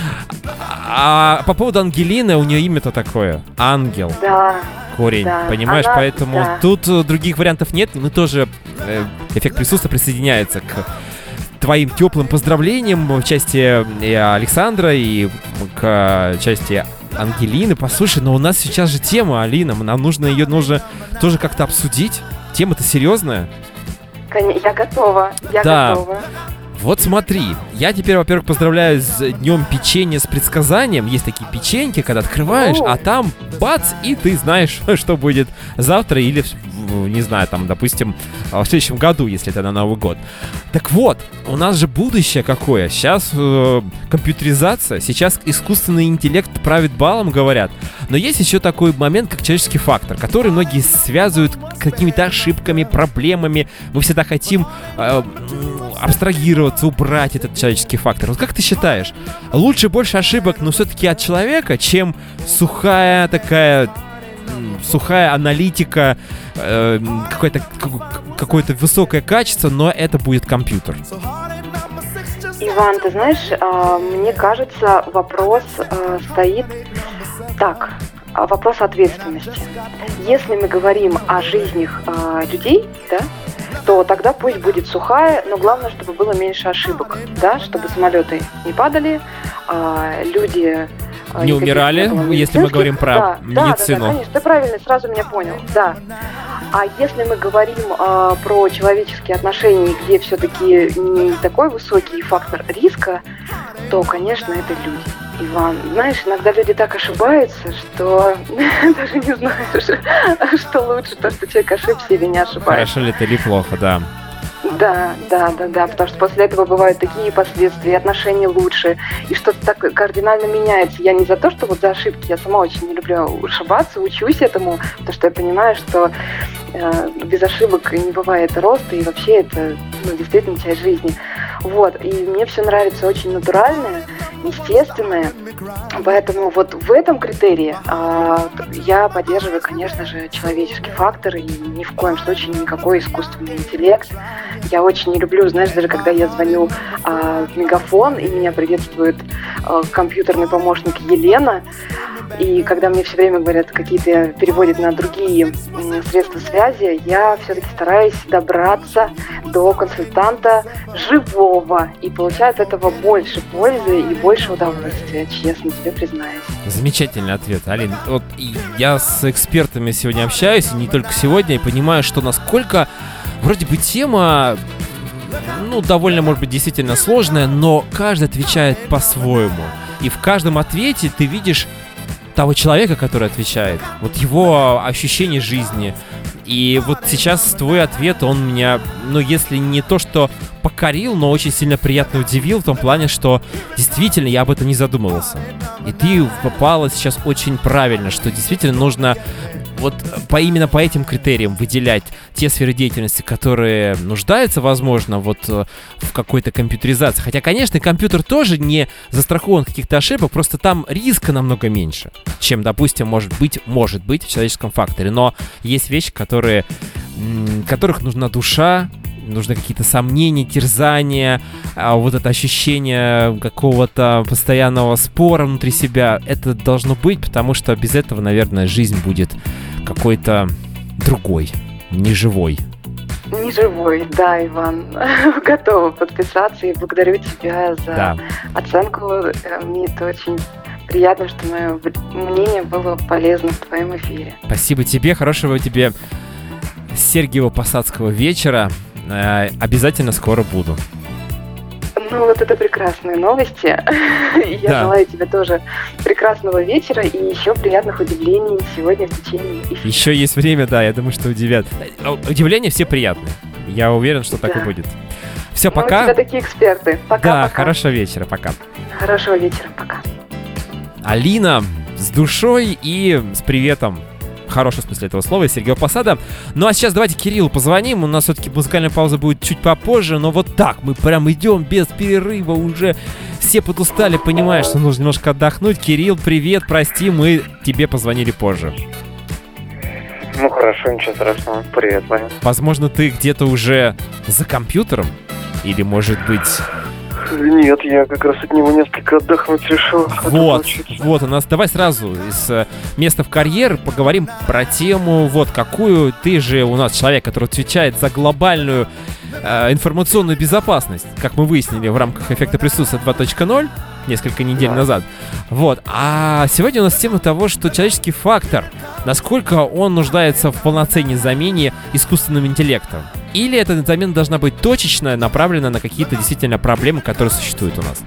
А по поводу Ангелины, у нее имя-то такое, Ангел, Да. корень, Да, понимаешь, она- поэтому да. тут других вариантов нет, мы тоже, эффект присутствия присоединяется к твоим теплым поздравлениям в части Александра и к части Ангелины. Послушай, но у нас сейчас же тема, Алина, нам нужно ее тоже как-то обсудить. Тема-то серьезная. Я готова, Да. готова. Вот смотри, я теперь, во-первых, поздравляю с днем печенья с предсказанием. Есть такие печеньки, когда открываешь, О. а там бац, и ты знаешь, что будет завтра или, не знаю, там, допустим, в следующем году, если это на Новый год. Так вот, у нас же будущее какое? Сейчас компьютеризация, сейчас искусственный интеллект правит балом, говорят. Но есть еще такой момент, как человеческий фактор, который многие связывают с какими-то ошибками, проблемами. Мы всегда хотим абстрагироваться, убрать этот человеческий фактор. Вот как ты считаешь, лучше больше ошибок, но все-таки от человека, чем сухая аналитика, какое-то высокое качество, но это будет компьютер? Иван, ты знаешь, мне кажется, вопрос стоит так. Вопрос ответственности. Если мы говорим о жизнях людей, да, то тогда пусть будет сухая, но главное, чтобы было меньше ошибок, да, чтобы самолеты не падали, люди Не умирали, если мы говорим про медицину. Да, конечно, ты правильно сразу меня понял, да. А если мы говорим про человеческие отношения, где все-таки не такой высокий фактор риска, то, конечно, это люди. Иван, знаешь, иногда люди так ошибаются, что даже не знаешь, что лучше, то, что человек ошибся или не ошибается. Хорошо ли это или плохо, да. Да, потому что после этого бывают такие последствия, отношения лучше, и что-то так кардинально меняется. Я не за то, что вот за ошибки, я сама очень не люблю ошибаться, учусь этому, потому что я понимаю, что без ошибок не бывает роста, и вообще это действительно часть жизни. Вот, и мне все нравится очень натуральное, естественное, поэтому вот в этом критерии я поддерживаю, конечно же, человеческий фактор, и ни в коем случае никакой искусственный интеллект. Я очень не люблю, знаешь, даже когда я звоню в мегафон, и меня приветствует компьютерный помощник Елена, и когда мне все время говорят, какие-то переводят на другие средства связи, я все-таки стараюсь добраться до консультанта живого и получаю от этого больше пользы и больше удовольствия, честно тебе признаюсь. Замечательный ответ, Алин. Вот я с экспертами сегодня общаюсь, и не только сегодня, и понимаю, что насколько вроде бы тема, довольно, может быть, действительно сложная, но каждый отвечает по-своему. И в каждом ответе ты видишь того человека, который отвечает, вот его ощущение жизни. И вот сейчас твой ответ, он меня, если не то, что покорил, но очень сильно приятно удивил в том плане, что действительно я об этом не задумывался. И ты попала сейчас очень правильно, что действительно нужно вот именно по этим критериям выделять те сферы деятельности, которые нуждаются, возможно, вот в какой-то компьютеризации. Хотя, конечно, компьютер тоже не застрахован от каких-то ошибок, просто там риска намного меньше, чем, допустим, может быть в человеческом факторе. Но есть вещи, которых нужна душа, нужны какие-то сомнения, терзания, вот это ощущение какого-то постоянного спора внутри себя. Это должно быть, потому что без этого, наверное, жизнь будет какой-то другой, неживой. Неживой, да, Иван. Готова подписаться и благодарю тебя за оценку. Мне это очень приятно, что мое мнение было полезно в твоем эфире. Спасибо тебе, хорошего тебе Сергиево-Посадского вечера. Обязательно скоро буду. Вот это прекрасные новости. Я желаю тебе тоже прекрасного вечера и еще приятных удивлений сегодня в течение эфира. Еще есть время, я думаю, что удивят. Удивления все приятные. Я уверен, что так и будет. Все, пока. У тебя такие эксперты. Пока. Хорошего вечера, пока. Хорошего вечера, пока. Алина с душой и с приветом. В хорошем смысле этого слова, из Сергеева Посада. Ну а сейчас давайте Кириллу позвоним. У нас все-таки музыкальная пауза будет чуть попозже. Но вот так, мы прям идем без перерыва уже. Все подустали, понимаешь, что нужно немножко отдохнуть. Кирилл, привет, прости, мы тебе позвонили позже. Хорошо, ничего страшного. Привет, Ваня. Возможно, ты где-то уже за компьютером? Или, может быть... Нет, я как раз от него несколько отдохнуть решил. Вот у нас. Давай сразу из места в карьер поговорим про тему, какую ты же у нас человек, который отвечает за глобальную информационную безопасность, как мы выяснили в рамках эффекта присутствия 2.0 несколько недель назад. А сегодня у нас тема того, что человеческий фактор, насколько он нуждается в полноценной замене искусственным интеллектом. Или эта замена должна быть точечная, направлена на какие-то действительно проблемы, которые существуют у нас?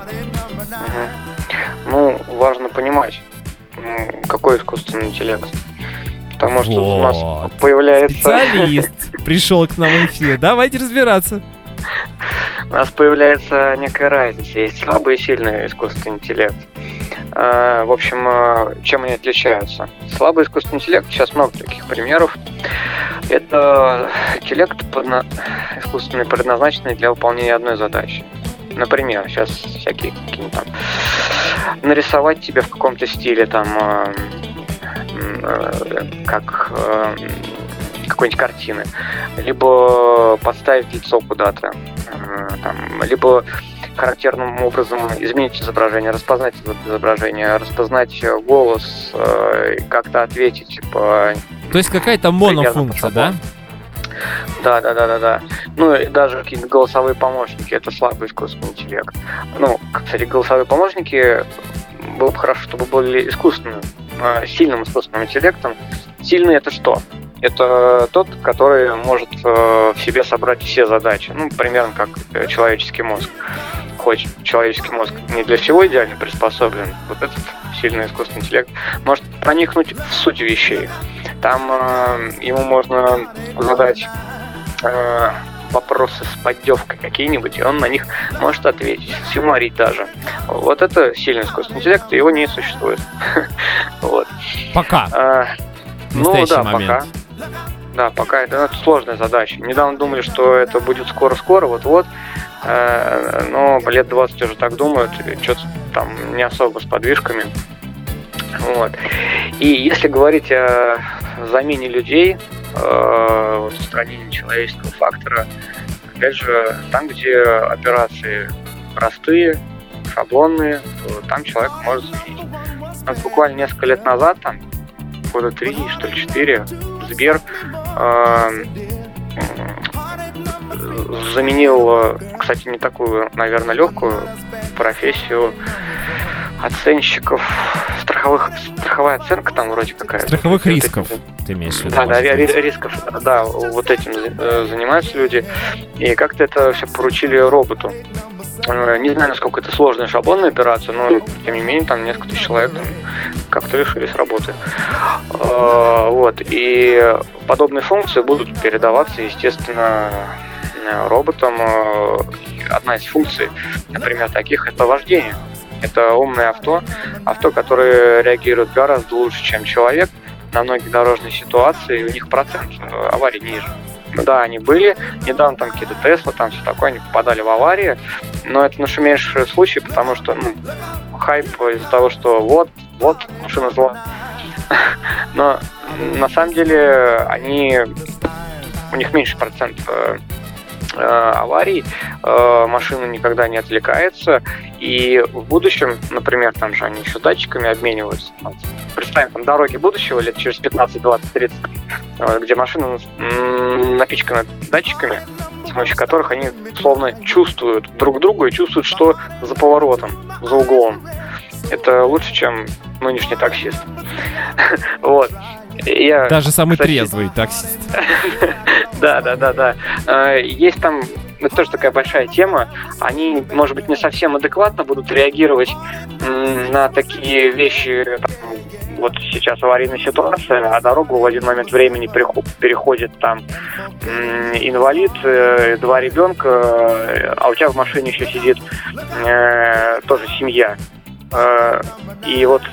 Важно понимать, какой искусственный интеллект. Потому что у нас появляется... Специалист пришел к нам в эфир. Давайте разбираться. У нас появляется некая разница. Есть слабый и сильный искусственный интеллект. В общем, чем они отличаются? Слабый искусственный интеллект, сейчас много таких примеров. Это интеллект искусственный, предназначенный для выполнения одной задачи. Например, сейчас всякие какие-то там нарисовать тебе в каком-то стиле как какой-нибудь картины, либо подставить лицо куда-то, либо характерным образом изменить изображение, распознать изображение, распознать голос, как-то ответить. То есть какая-то монофункция, да? Да. И даже какие-то голосовые помощники, это слабый искусственный интеллект. Кстати, голосовые помощники было бы хорошо, чтобы были искусственным, сильным искусственным интеллектом. Сильный — это что? Это тот, который может в себе собрать все задачи. Примерно как человеческий мозг. Хоть человеческий мозг не для всего идеально приспособлен, вот этот сильный искусственный интеллект может проникнуть в суть вещей. Там ему можно задать вопросы с поддевкой какие-нибудь, и он на них может ответить, сюморить даже. Вот это сильный искусственный интеллект, и его не существует. Вот. Пока. В настоящий момент. пока. Да, пока это сложная задача. Недавно думали, что это будет скоро-скоро, вот-вот. Но лет 20 уже так думают, что-то там не особо с подвижками. Вот. И если говорить о замене людей, устранении человеческого фактора, опять же, там, где операции простые, шаблонные, то там человек может заменить. Вот буквально несколько лет назад, там, года 3, что ли, 4, Сбер заменил, кстати, не такую, наверное, легкую профессию оценщиков страховая оценка там вроде какая-то. Страховых рисков, ты имеешь в виду? Да, рисков, да, вот этим занимаются люди. И как-то это все поручили роботу. Не знаю, насколько это сложная шаблонная операция, но, тем не менее, там несколько тысяч человек там, как-то лишились работы. Вот. И подобные функции будут передаваться, естественно, роботам. Одна из функций, например, таких, это вождение. Это умное авто, которое реагирует гораздо лучше, чем человек на многие дорожные ситуации, и у них процент аварий ниже. Да, они были, недавно там какие-то Тесла, там все такое, они попадали в аварии, но это нашумевший случай, потому что, хайп из-за того, что вот, машина зла. Но на самом деле у них меньше процент аварий, машина никогда не отвлекается, и в будущем, например, там же они еще датчиками обмениваются. Представим, там дороги будущего лет через 15, 20, 30, где машина напичкана датчиками, с помощью которых они словно чувствуют друг друга и чувствуют, что за поворотом, за углом. Это лучше, чем нынешний таксист. Вот. Даже самый трезвый таксист. Да. Есть там, это тоже такая большая тема, они, может быть, не совсем адекватно будут реагировать на такие вещи, вот сейчас аварийная ситуация, а дорогу в один момент времени переходит там инвалид, 2 ребенка, а у тебя в машине еще сидит тоже семья. И вот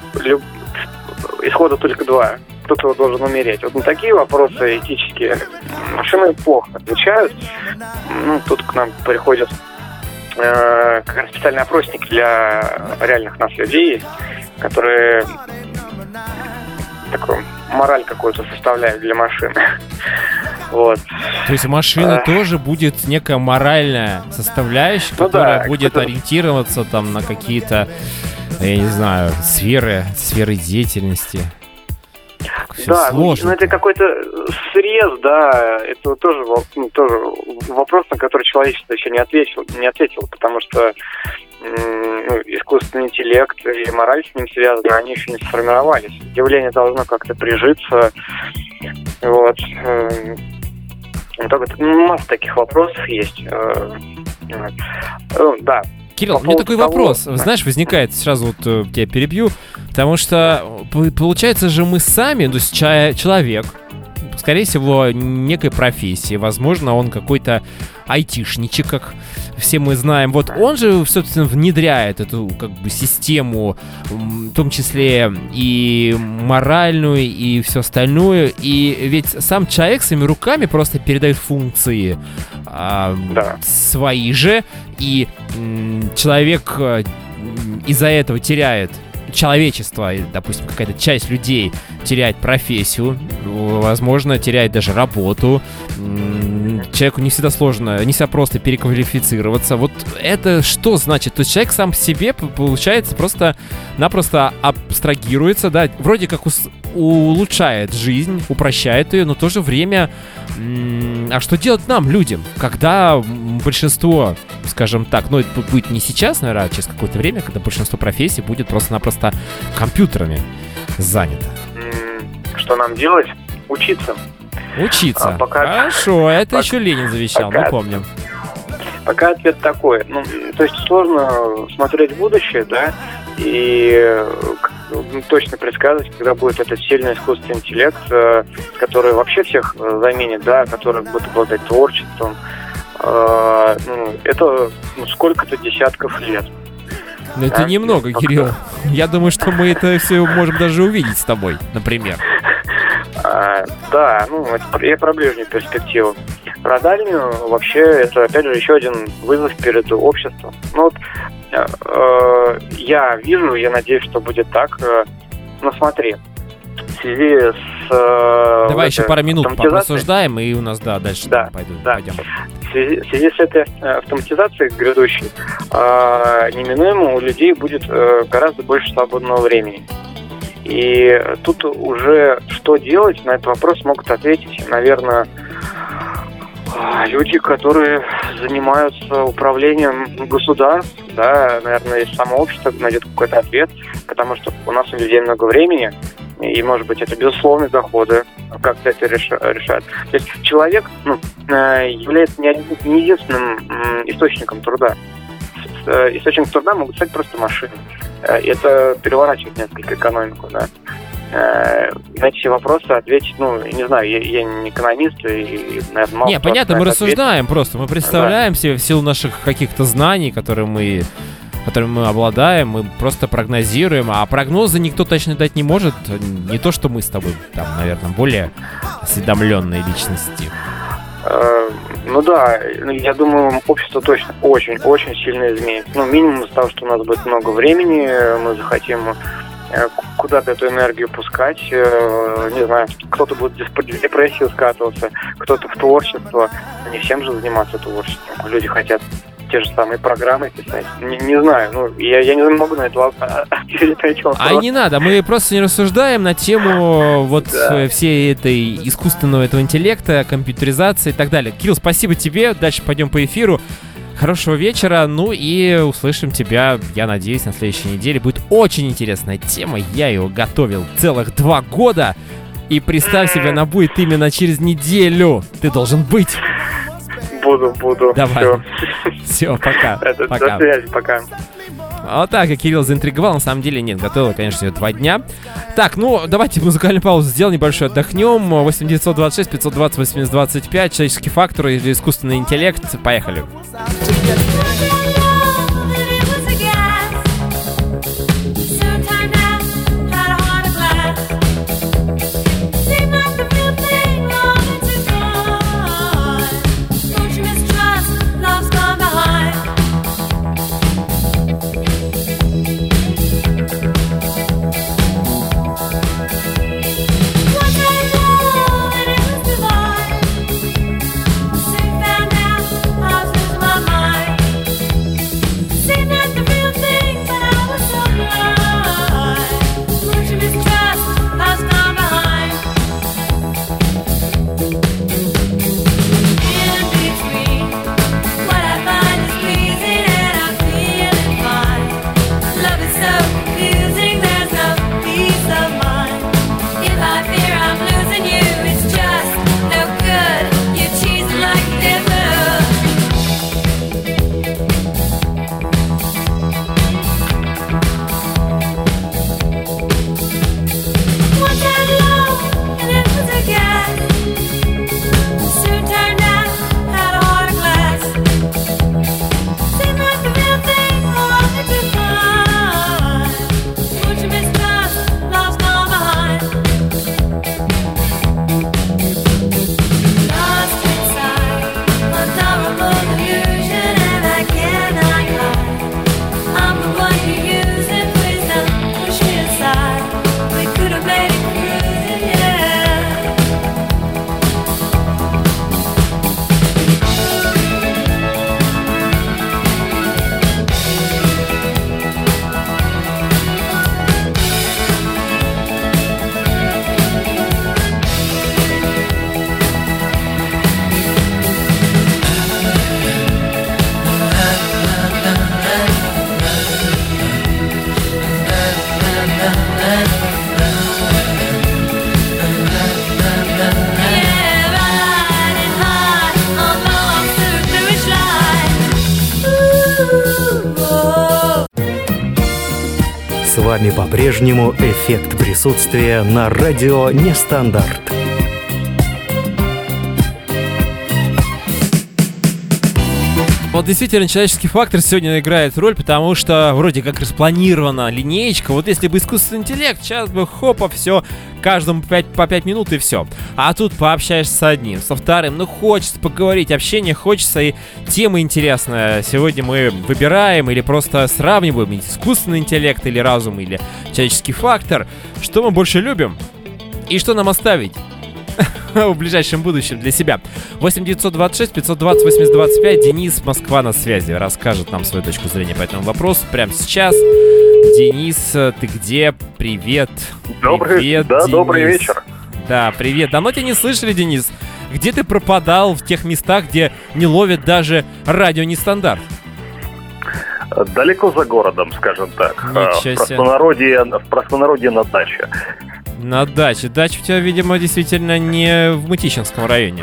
исхода только 2. Кто-то должен умереть. Вот на такие вопросы этические машины плохо отвечают. Тут к нам приходят специальные опросники для реальных нас людей, которые такую мораль какую-то составляют для машины. Вот. То есть у машины тоже будет некая моральная составляющая, которая будет ориентироваться там на какие-то, я не знаю, сферы деятельности. Да, но это какой-то срез, да, это тоже вопрос, на который человечество еще не ответило, потому что искусственный интеллект и мораль с ним связаны, они еще не сформировались. Явление должно как-то прижиться. Вот. Масса таких вопросов есть. Да. Кирилл, у меня такой вопрос, знаешь, возникает, сразу вот тебя перебью, потому что получается же мы сами, то есть человек, скорее всего, некой профессии, возможно, он какой-то айтишничек, как все мы знаем, вот он же, собственно, внедряет эту как бы систему, в том числе и моральную, и все остальное, и ведь сам человек своими руками просто передает функции свои же, и человек из-за этого теряет человечество, допустим, какая-то часть людей теряет профессию, возможно, теряет даже работу. Человеку не всегда сложно, не всегда просто переквалифицироваться. Вот это что значит? То есть человек сам себе, получается, просто-напросто абстрагируется, да, вроде как улучшает жизнь, упрощает ее, но в то же время... А что делать нам, людям, когда большинство, скажем так, это будет не сейчас, наверное, а через какое-то время, когда большинство профессий будет просто-напросто компьютерами занято? Что нам делать? Учиться. Учиться. Хорошо, это еще Ленин завещал, мы помним. Пока ответ такой. То есть сложно смотреть в будущее, да, и точно предсказывать, когда будет этот сильный искусственный интеллект, который вообще всех заменит, да, который будет обладать творчеством, это сколько-то десятков лет. Но это немного, Кирилл. Я думаю, что мы это все можем даже увидеть с тобой, например. Да, я про ближнюю перспективу. Про дальнюю вообще это, опять же, еще один вызов перед обществом. Я вижу, я надеюсь, что будет так. Смотри, в связи с... Давай еще пару минут порассуждаем, и у нас, дальше пойдем. В связи с этой автоматизацией грядущей, неминуемо у людей будет гораздо больше свободного времени. И тут уже что делать, на этот вопрос могут ответить, наверное, люди, которые занимаются управлением государств, да, наверное, и само общество найдет какой-то ответ, потому что у нас у людей много времени, и, может быть, это безусловные доходы, как-то это решает. То есть человек является не единственным источником труда. Источником труда могут стать просто машины. Это переворачивает несколько экономику, да. На эти все вопросы ответить, не знаю, я не экономист, и, наверное, мало. Не, понятно, мы рассуждаем просто, мы представляем себе в силу наших каких-то знаний, которыми мы обладаем, мы просто прогнозируем, а прогнозы никто точно дать не может, не то, что мы с тобой, там, наверное, более осведомленные личности. Я думаю, общество точно очень-очень сильно изменится. Минимум из того, что у нас будет много времени, мы захотим куда-то эту энергию пускать, не знаю, кто-то будет в депрессию скатываться, кто-то в творчество. Не всем же заниматься творчеством. Люди хотят те же самые программы писать. Не знаю, я не могу на это ответить. А не надо, мы просто не рассуждаем на тему всей этой искусственного этого интеллекта, компьютеризации и так далее. Кирилл, спасибо тебе, дальше пойдем по эфиру. Хорошего вечера, и услышим тебя, я надеюсь, на следующей неделе. Будет очень интересная тема, я ее готовил целых 2 года. И представь себе, она будет именно через неделю. Ты должен быть. Буду. Давай. Все, пока. До связи, пока. Вот так, Кирилл заинтриговал. На самом деле, нет, готовил, конечно, ее 2 дня. Так, давайте музыкальную паузу сделаем, небольшую отдохнем. 8926 520 8025, человеческий фактор или искусственный интеллект. Поехали. С вами по-прежнему эффект присутствия на радио Нестандарт. Вот действительно, человеческий фактор сегодня играет роль, потому что вроде как распланирована линеечка. Вот если бы искусственный интеллект, сейчас бы хопа, все, каждому по 5 минут и все. А тут пообщаешься с одним, со вторым. Ну, хочется поговорить, общение хочется, и тема интересная. Сегодня мы выбираем или просто сравниваем искусственный интеллект или разум, или человеческий фактор. Что мы больше любим и что нам оставить в ближайшем будущем для себя. 8 926 520 80 25. Денис, Москва, на связи. Расскажет нам свою точку зрения по этому вопросу прямо сейчас. Денис, ты где? Привет. Привет, Денис. Добрый вечер. Да, привет. Давно тебя не слышали, Денис? Где ты пропадал в тех местах, где не ловит даже радио Нестандарт? Далеко за городом, скажем так. В простонародье на даче. На даче. Дача у тебя, видимо, действительно не в Мытищинском районе.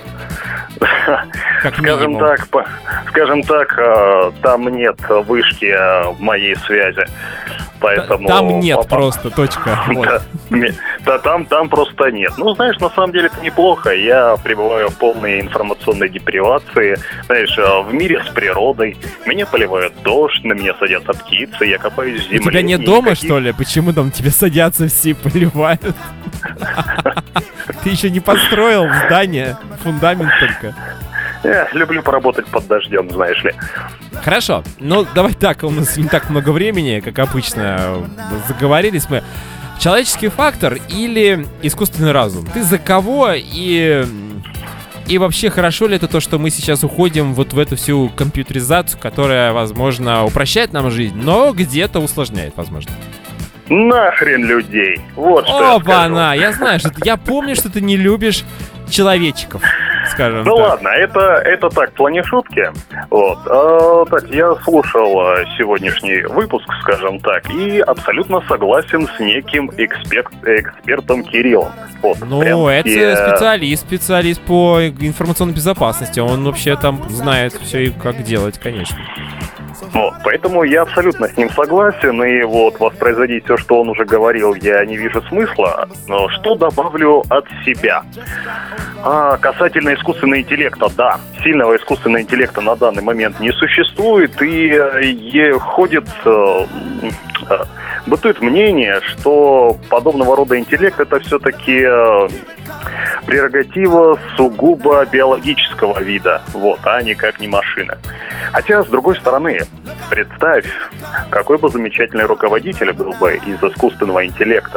Как минимум. Скажем так, там нет вышки в моей связи. Поэтому... Там нет просто, точка. Вот. Да, там просто нет. Ну, знаешь, на самом деле это неплохо. Я пребываю в полной информационной депривации. Знаешь, в мире с природой. Меня поливает дождь, на меня садятся птицы, я копаюсь в земле. У тебя нет дома, что ли? Почему там тебе садятся все, поливают? Ты еще не построил здание, фундамент только. Я люблю поработать под дождем, знаешь ли. Хорошо, ну давай так, у нас не так много времени, как обычно. Заговорились мы. Человеческий фактор или искусственный разум? Ты за кого и вообще хорошо ли это то, что мы сейчас уходим вот в эту всю компьютеризацию, которая, возможно, упрощает нам жизнь, но где-то усложняет, возможно? Нахрен людей. Вот что я скажу. Опа-на, я знаю, что я помню, что ты не любишь человечиков, скажем ну так. Ладно, это так, в плане шутки. Вот. Так, я слушал сегодняшний выпуск, скажем так, и абсолютно согласен с неким экспертом Кириллом. Вот, ну, это специалист по информационной безопасности. Он вообще там знает все и как делать, конечно. Вот, поэтому я абсолютно с ним согласен, и вот воспроизводить все, что он уже говорил, я не вижу смысла. Но что добавлю от себя? Касательно искусственного интеллекта, да, сильного искусственного интеллекта на данный момент не существует, и ходит, бытует мнение, что подобного рода интеллект это все-таки прерогатива сугубо биологического вида, вот, а никак не машина. Хотя, с другой стороны, представь, какой бы замечательный руководитель был бы из искусственного интеллекта.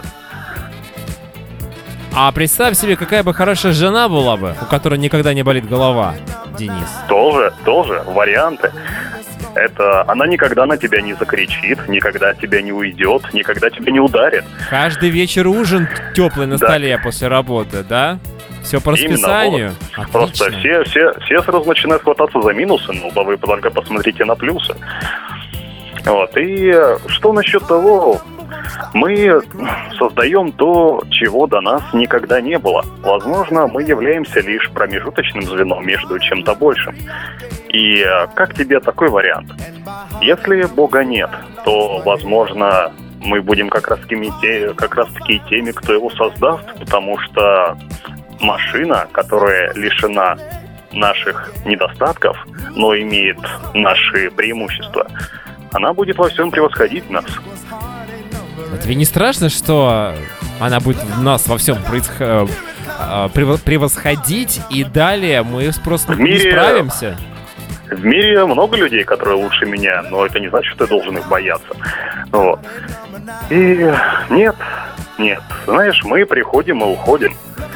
А представь себе, какая бы хорошая жена была бы, у которой никогда не болит голова, Денис. Тоже варианты. Это она никогда на тебя не закричит, никогда от тебя не уйдет, никогда тебя не ударит. Каждый вечер ужин теплый на столе после работы, да? Все по расписанию. Вот. Просто все сразу начинают хвататься за минусы, но вы только посмотрите на плюсы. Вот. И что насчет того, мы создаем то, чего до нас никогда не было. Возможно, мы являемся лишь промежуточным звеном между чем-то большим. И как тебе такой вариант? Если Бога нет, то, возможно, мы будем как раз таки теми, кто его создаст, потому что машина, которая лишена наших недостатков, но имеет наши преимущества, она будет во всем превосходить нас. А тебе не страшно, что она будет нас во всем превосходить, и далее мы просто не справимся? В мире много людей, которые лучше меня, но это не значит, что я должен их бояться. Вот. И нет. Знаешь, мы приходим и уходим.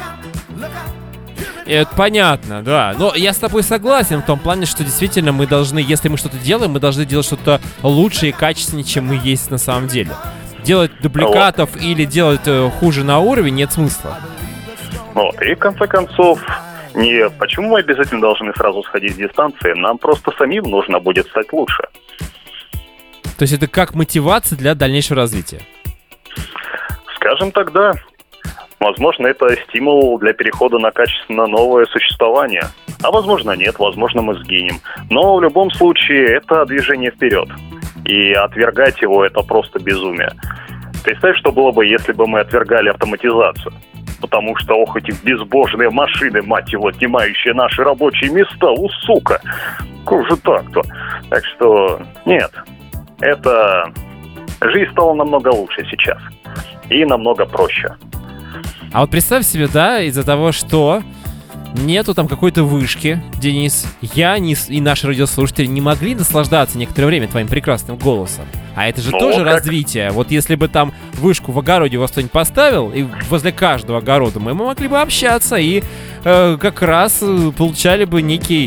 Это понятно, да. Но я с тобой согласен в том плане, что действительно мы должны, если мы что-то делаем, мы должны делать что-то лучше и качественнее, чем мы есть на самом деле. Делать дубликатов или делать хуже на уровень нет смысла. Вот, и в конце концов, почему мы обязательно должны сразу сходить с дистанции? Нам просто самим нужно будет стать лучше. То есть это как мотивация для дальнейшего развития? Скажем так, да. Возможно, это стимул для перехода на качественно новое существование. А возможно, нет, возможно, мы сгинем. Но в любом случае, это движение вперед. И отвергать его – это просто безумие. Представь, что было бы, если бы мы отвергали автоматизацию. Потому что, эти безбожные машины, мать его, отнимающие наши рабочие места, сука. как же так-то? Так что, нет, жизнь стала намного лучше сейчас. И намного проще. А вот представь себе, да, из-за того, что нету там какой-то вышки, Денис, и наши радиослушатели не могли наслаждаться некоторое время твоим прекрасным голосом. А это же тоже развитие. Вот если бы там вышку в огороде у вас кто-нибудь поставил, и возле каждого огорода мы могли бы общаться, и как раз получали бы некий,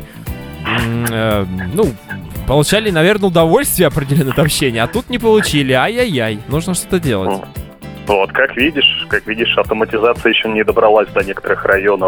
получали, наверное, удовольствие определенное от общения, а тут не получили. Ай-яй-яй, нужно что-то делать. Вот, как видишь, автоматизация еще не добралась до некоторых районов.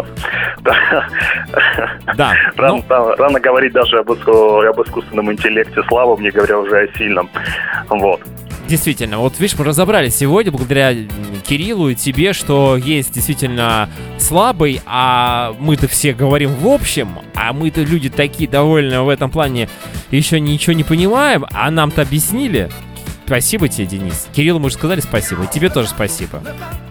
Да. Рано говорить даже об искусственном интеллекте, слава, не говоря уже о сильном. Вот. Действительно, вот видишь, мы разобрались сегодня благодаря Кириллу и тебе, что есть действительно слабый, а мы-то все говорим в общем, а мы-то люди такие довольно в этом плане еще ничего не понимаем, а нам-то объяснили. Спасибо тебе, Денис. Кириллу мы уже сказали спасибо, и тебе тоже спасибо.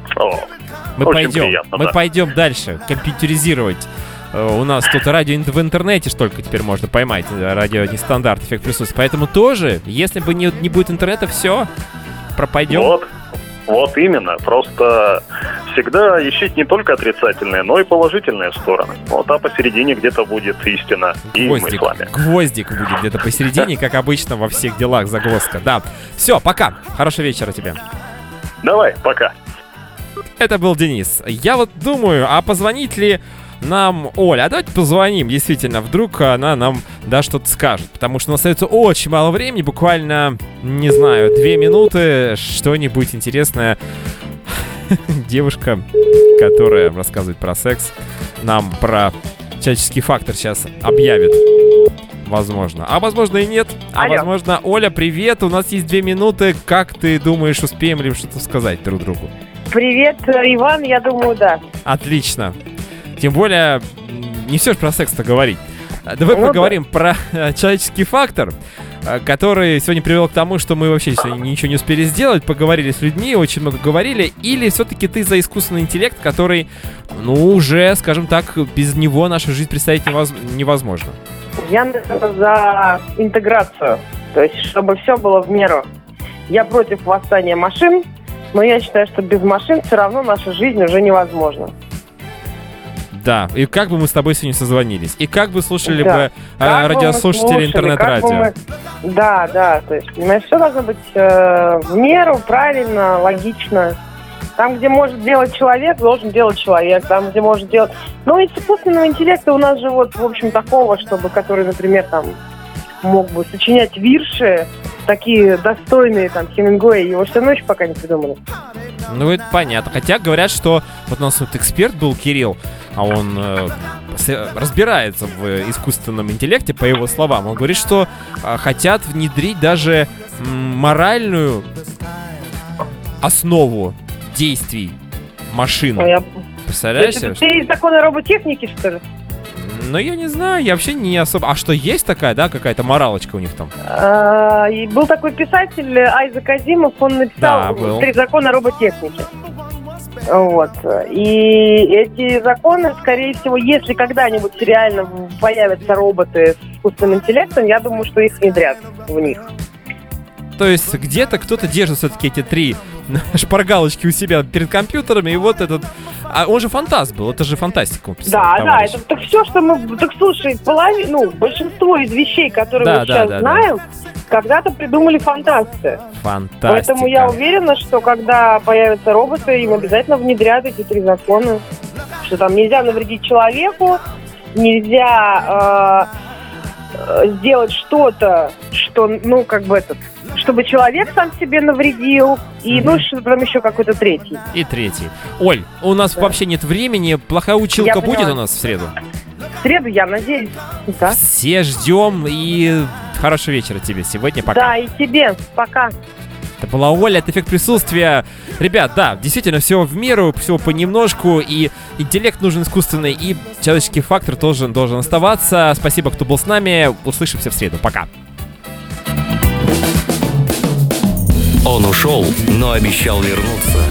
Мы пойдем дальше компьютеризировать. У нас тут радио в интернете только теперь можно поймать. Радио нестандарт, эффект присутствия. Поэтому тоже, если бы не будет интернета, все, пропадем. Вот именно. Просто всегда ищите не только отрицательные, но и положительные стороны. Вот, а посередине где-то будет истина. И мы с вами. Гвоздик будет где-то посередине, как обычно во всех делах, загвоздка. Да. Все, пока. Хорошего вечера тебе. Давай, пока. Это был Денис. Я вот думаю, а позвонить ли нам Оля? А давайте позвоним, действительно, вдруг она нам, да, что-то скажет. Потому что у нас остается очень мало времени, буквально, не знаю, 2 минуты, что-нибудь интересное. Девушка, которая рассказывает про секс, нам про человеческий фактор сейчас объявит. Возможно. А возможно и нет. А возможно, Оля, привет, у нас есть 2 минуты. Как ты думаешь, успеем ли что-то сказать друг другу? Привет, Иван, я думаю, да. Отлично. Тем более, не все же про секс-то говорить. Давай поговорим про человеческий фактор, который сегодня привел к тому, что мы вообще сегодня ничего не успели сделать, поговорили с людьми, очень много говорили, или все-таки ты за искусственный интеллект, который, уже, скажем так, без него нашу жизнь представить невозможно? Я, наверное, за интеграцию, то есть чтобы все было в меру. Я против восстания машин, но я считаю, что без машин все равно наша жизнь уже невозможна. Да, и как бы мы с тобой сегодня созвонились, и как бы слушали бы радиослушатели интернет-радио. Да, то есть, понимаешь, все должно быть в меру, правильно, логично. Там, где может делать человек, должен делать человек. Там, где может делать... Ну, и с искусственного интеллекта у нас же вот, в общем, такого, который, например, там, мог бы сочинять вирши, такие достойные, там, Хемингуэя, его все равно еще пока не придумали. Ну, это понятно. Хотя говорят, что вот у нас вот эксперт был Кирилл, а он разбирается в искусственном интеллекте, по его словам. Он говорит, что хотят внедрить даже моральную основу действий машин. Представляешь? Ты из закона роботехники, что ли? Ну, я не знаю, я вообще не особо... А что, есть такая, да, какая-то моралочка у них там? Был такой писатель Айзек Азимов, он написал 3 закона роботехники. Вот. И эти законы, скорее всего, если когда-нибудь реально появятся роботы с искусственным интеллектом, я думаю, что их внедрят в них. То есть где-то кто-то держит все-таки эти 3 шпаргалочки у себя перед компьютерами, и вот этот... А он же фантаст был, это же фантастика. Да, это так все, что мы... Так слушай, большинство из вещей, которые мы сейчас знаем, когда-то придумали фантасты. Фантастика. Поэтому я уверена, что когда появятся роботы, им обязательно внедрят эти 3 закона. Что там нельзя навредить человеку, нельзя сделать что-то, что, чтобы человек сам себе навредил, и, что там еще какой-то третий. И третий. Оль, у нас вообще нет времени, плохая училка будет у нас в среду? В среду, я надеюсь, да. Все ждем, и хорошего вечера тебе сегодня, пока. Да, и тебе, пока. Это была Оля, это эффект присутствия. Ребят, да, действительно, все в меру, все понемножку, и интеллект нужен искусственный, и человеческий фактор должен оставаться. Спасибо, кто был с нами. Услышимся в среду. Пока. Он ушел, но обещал вернуться.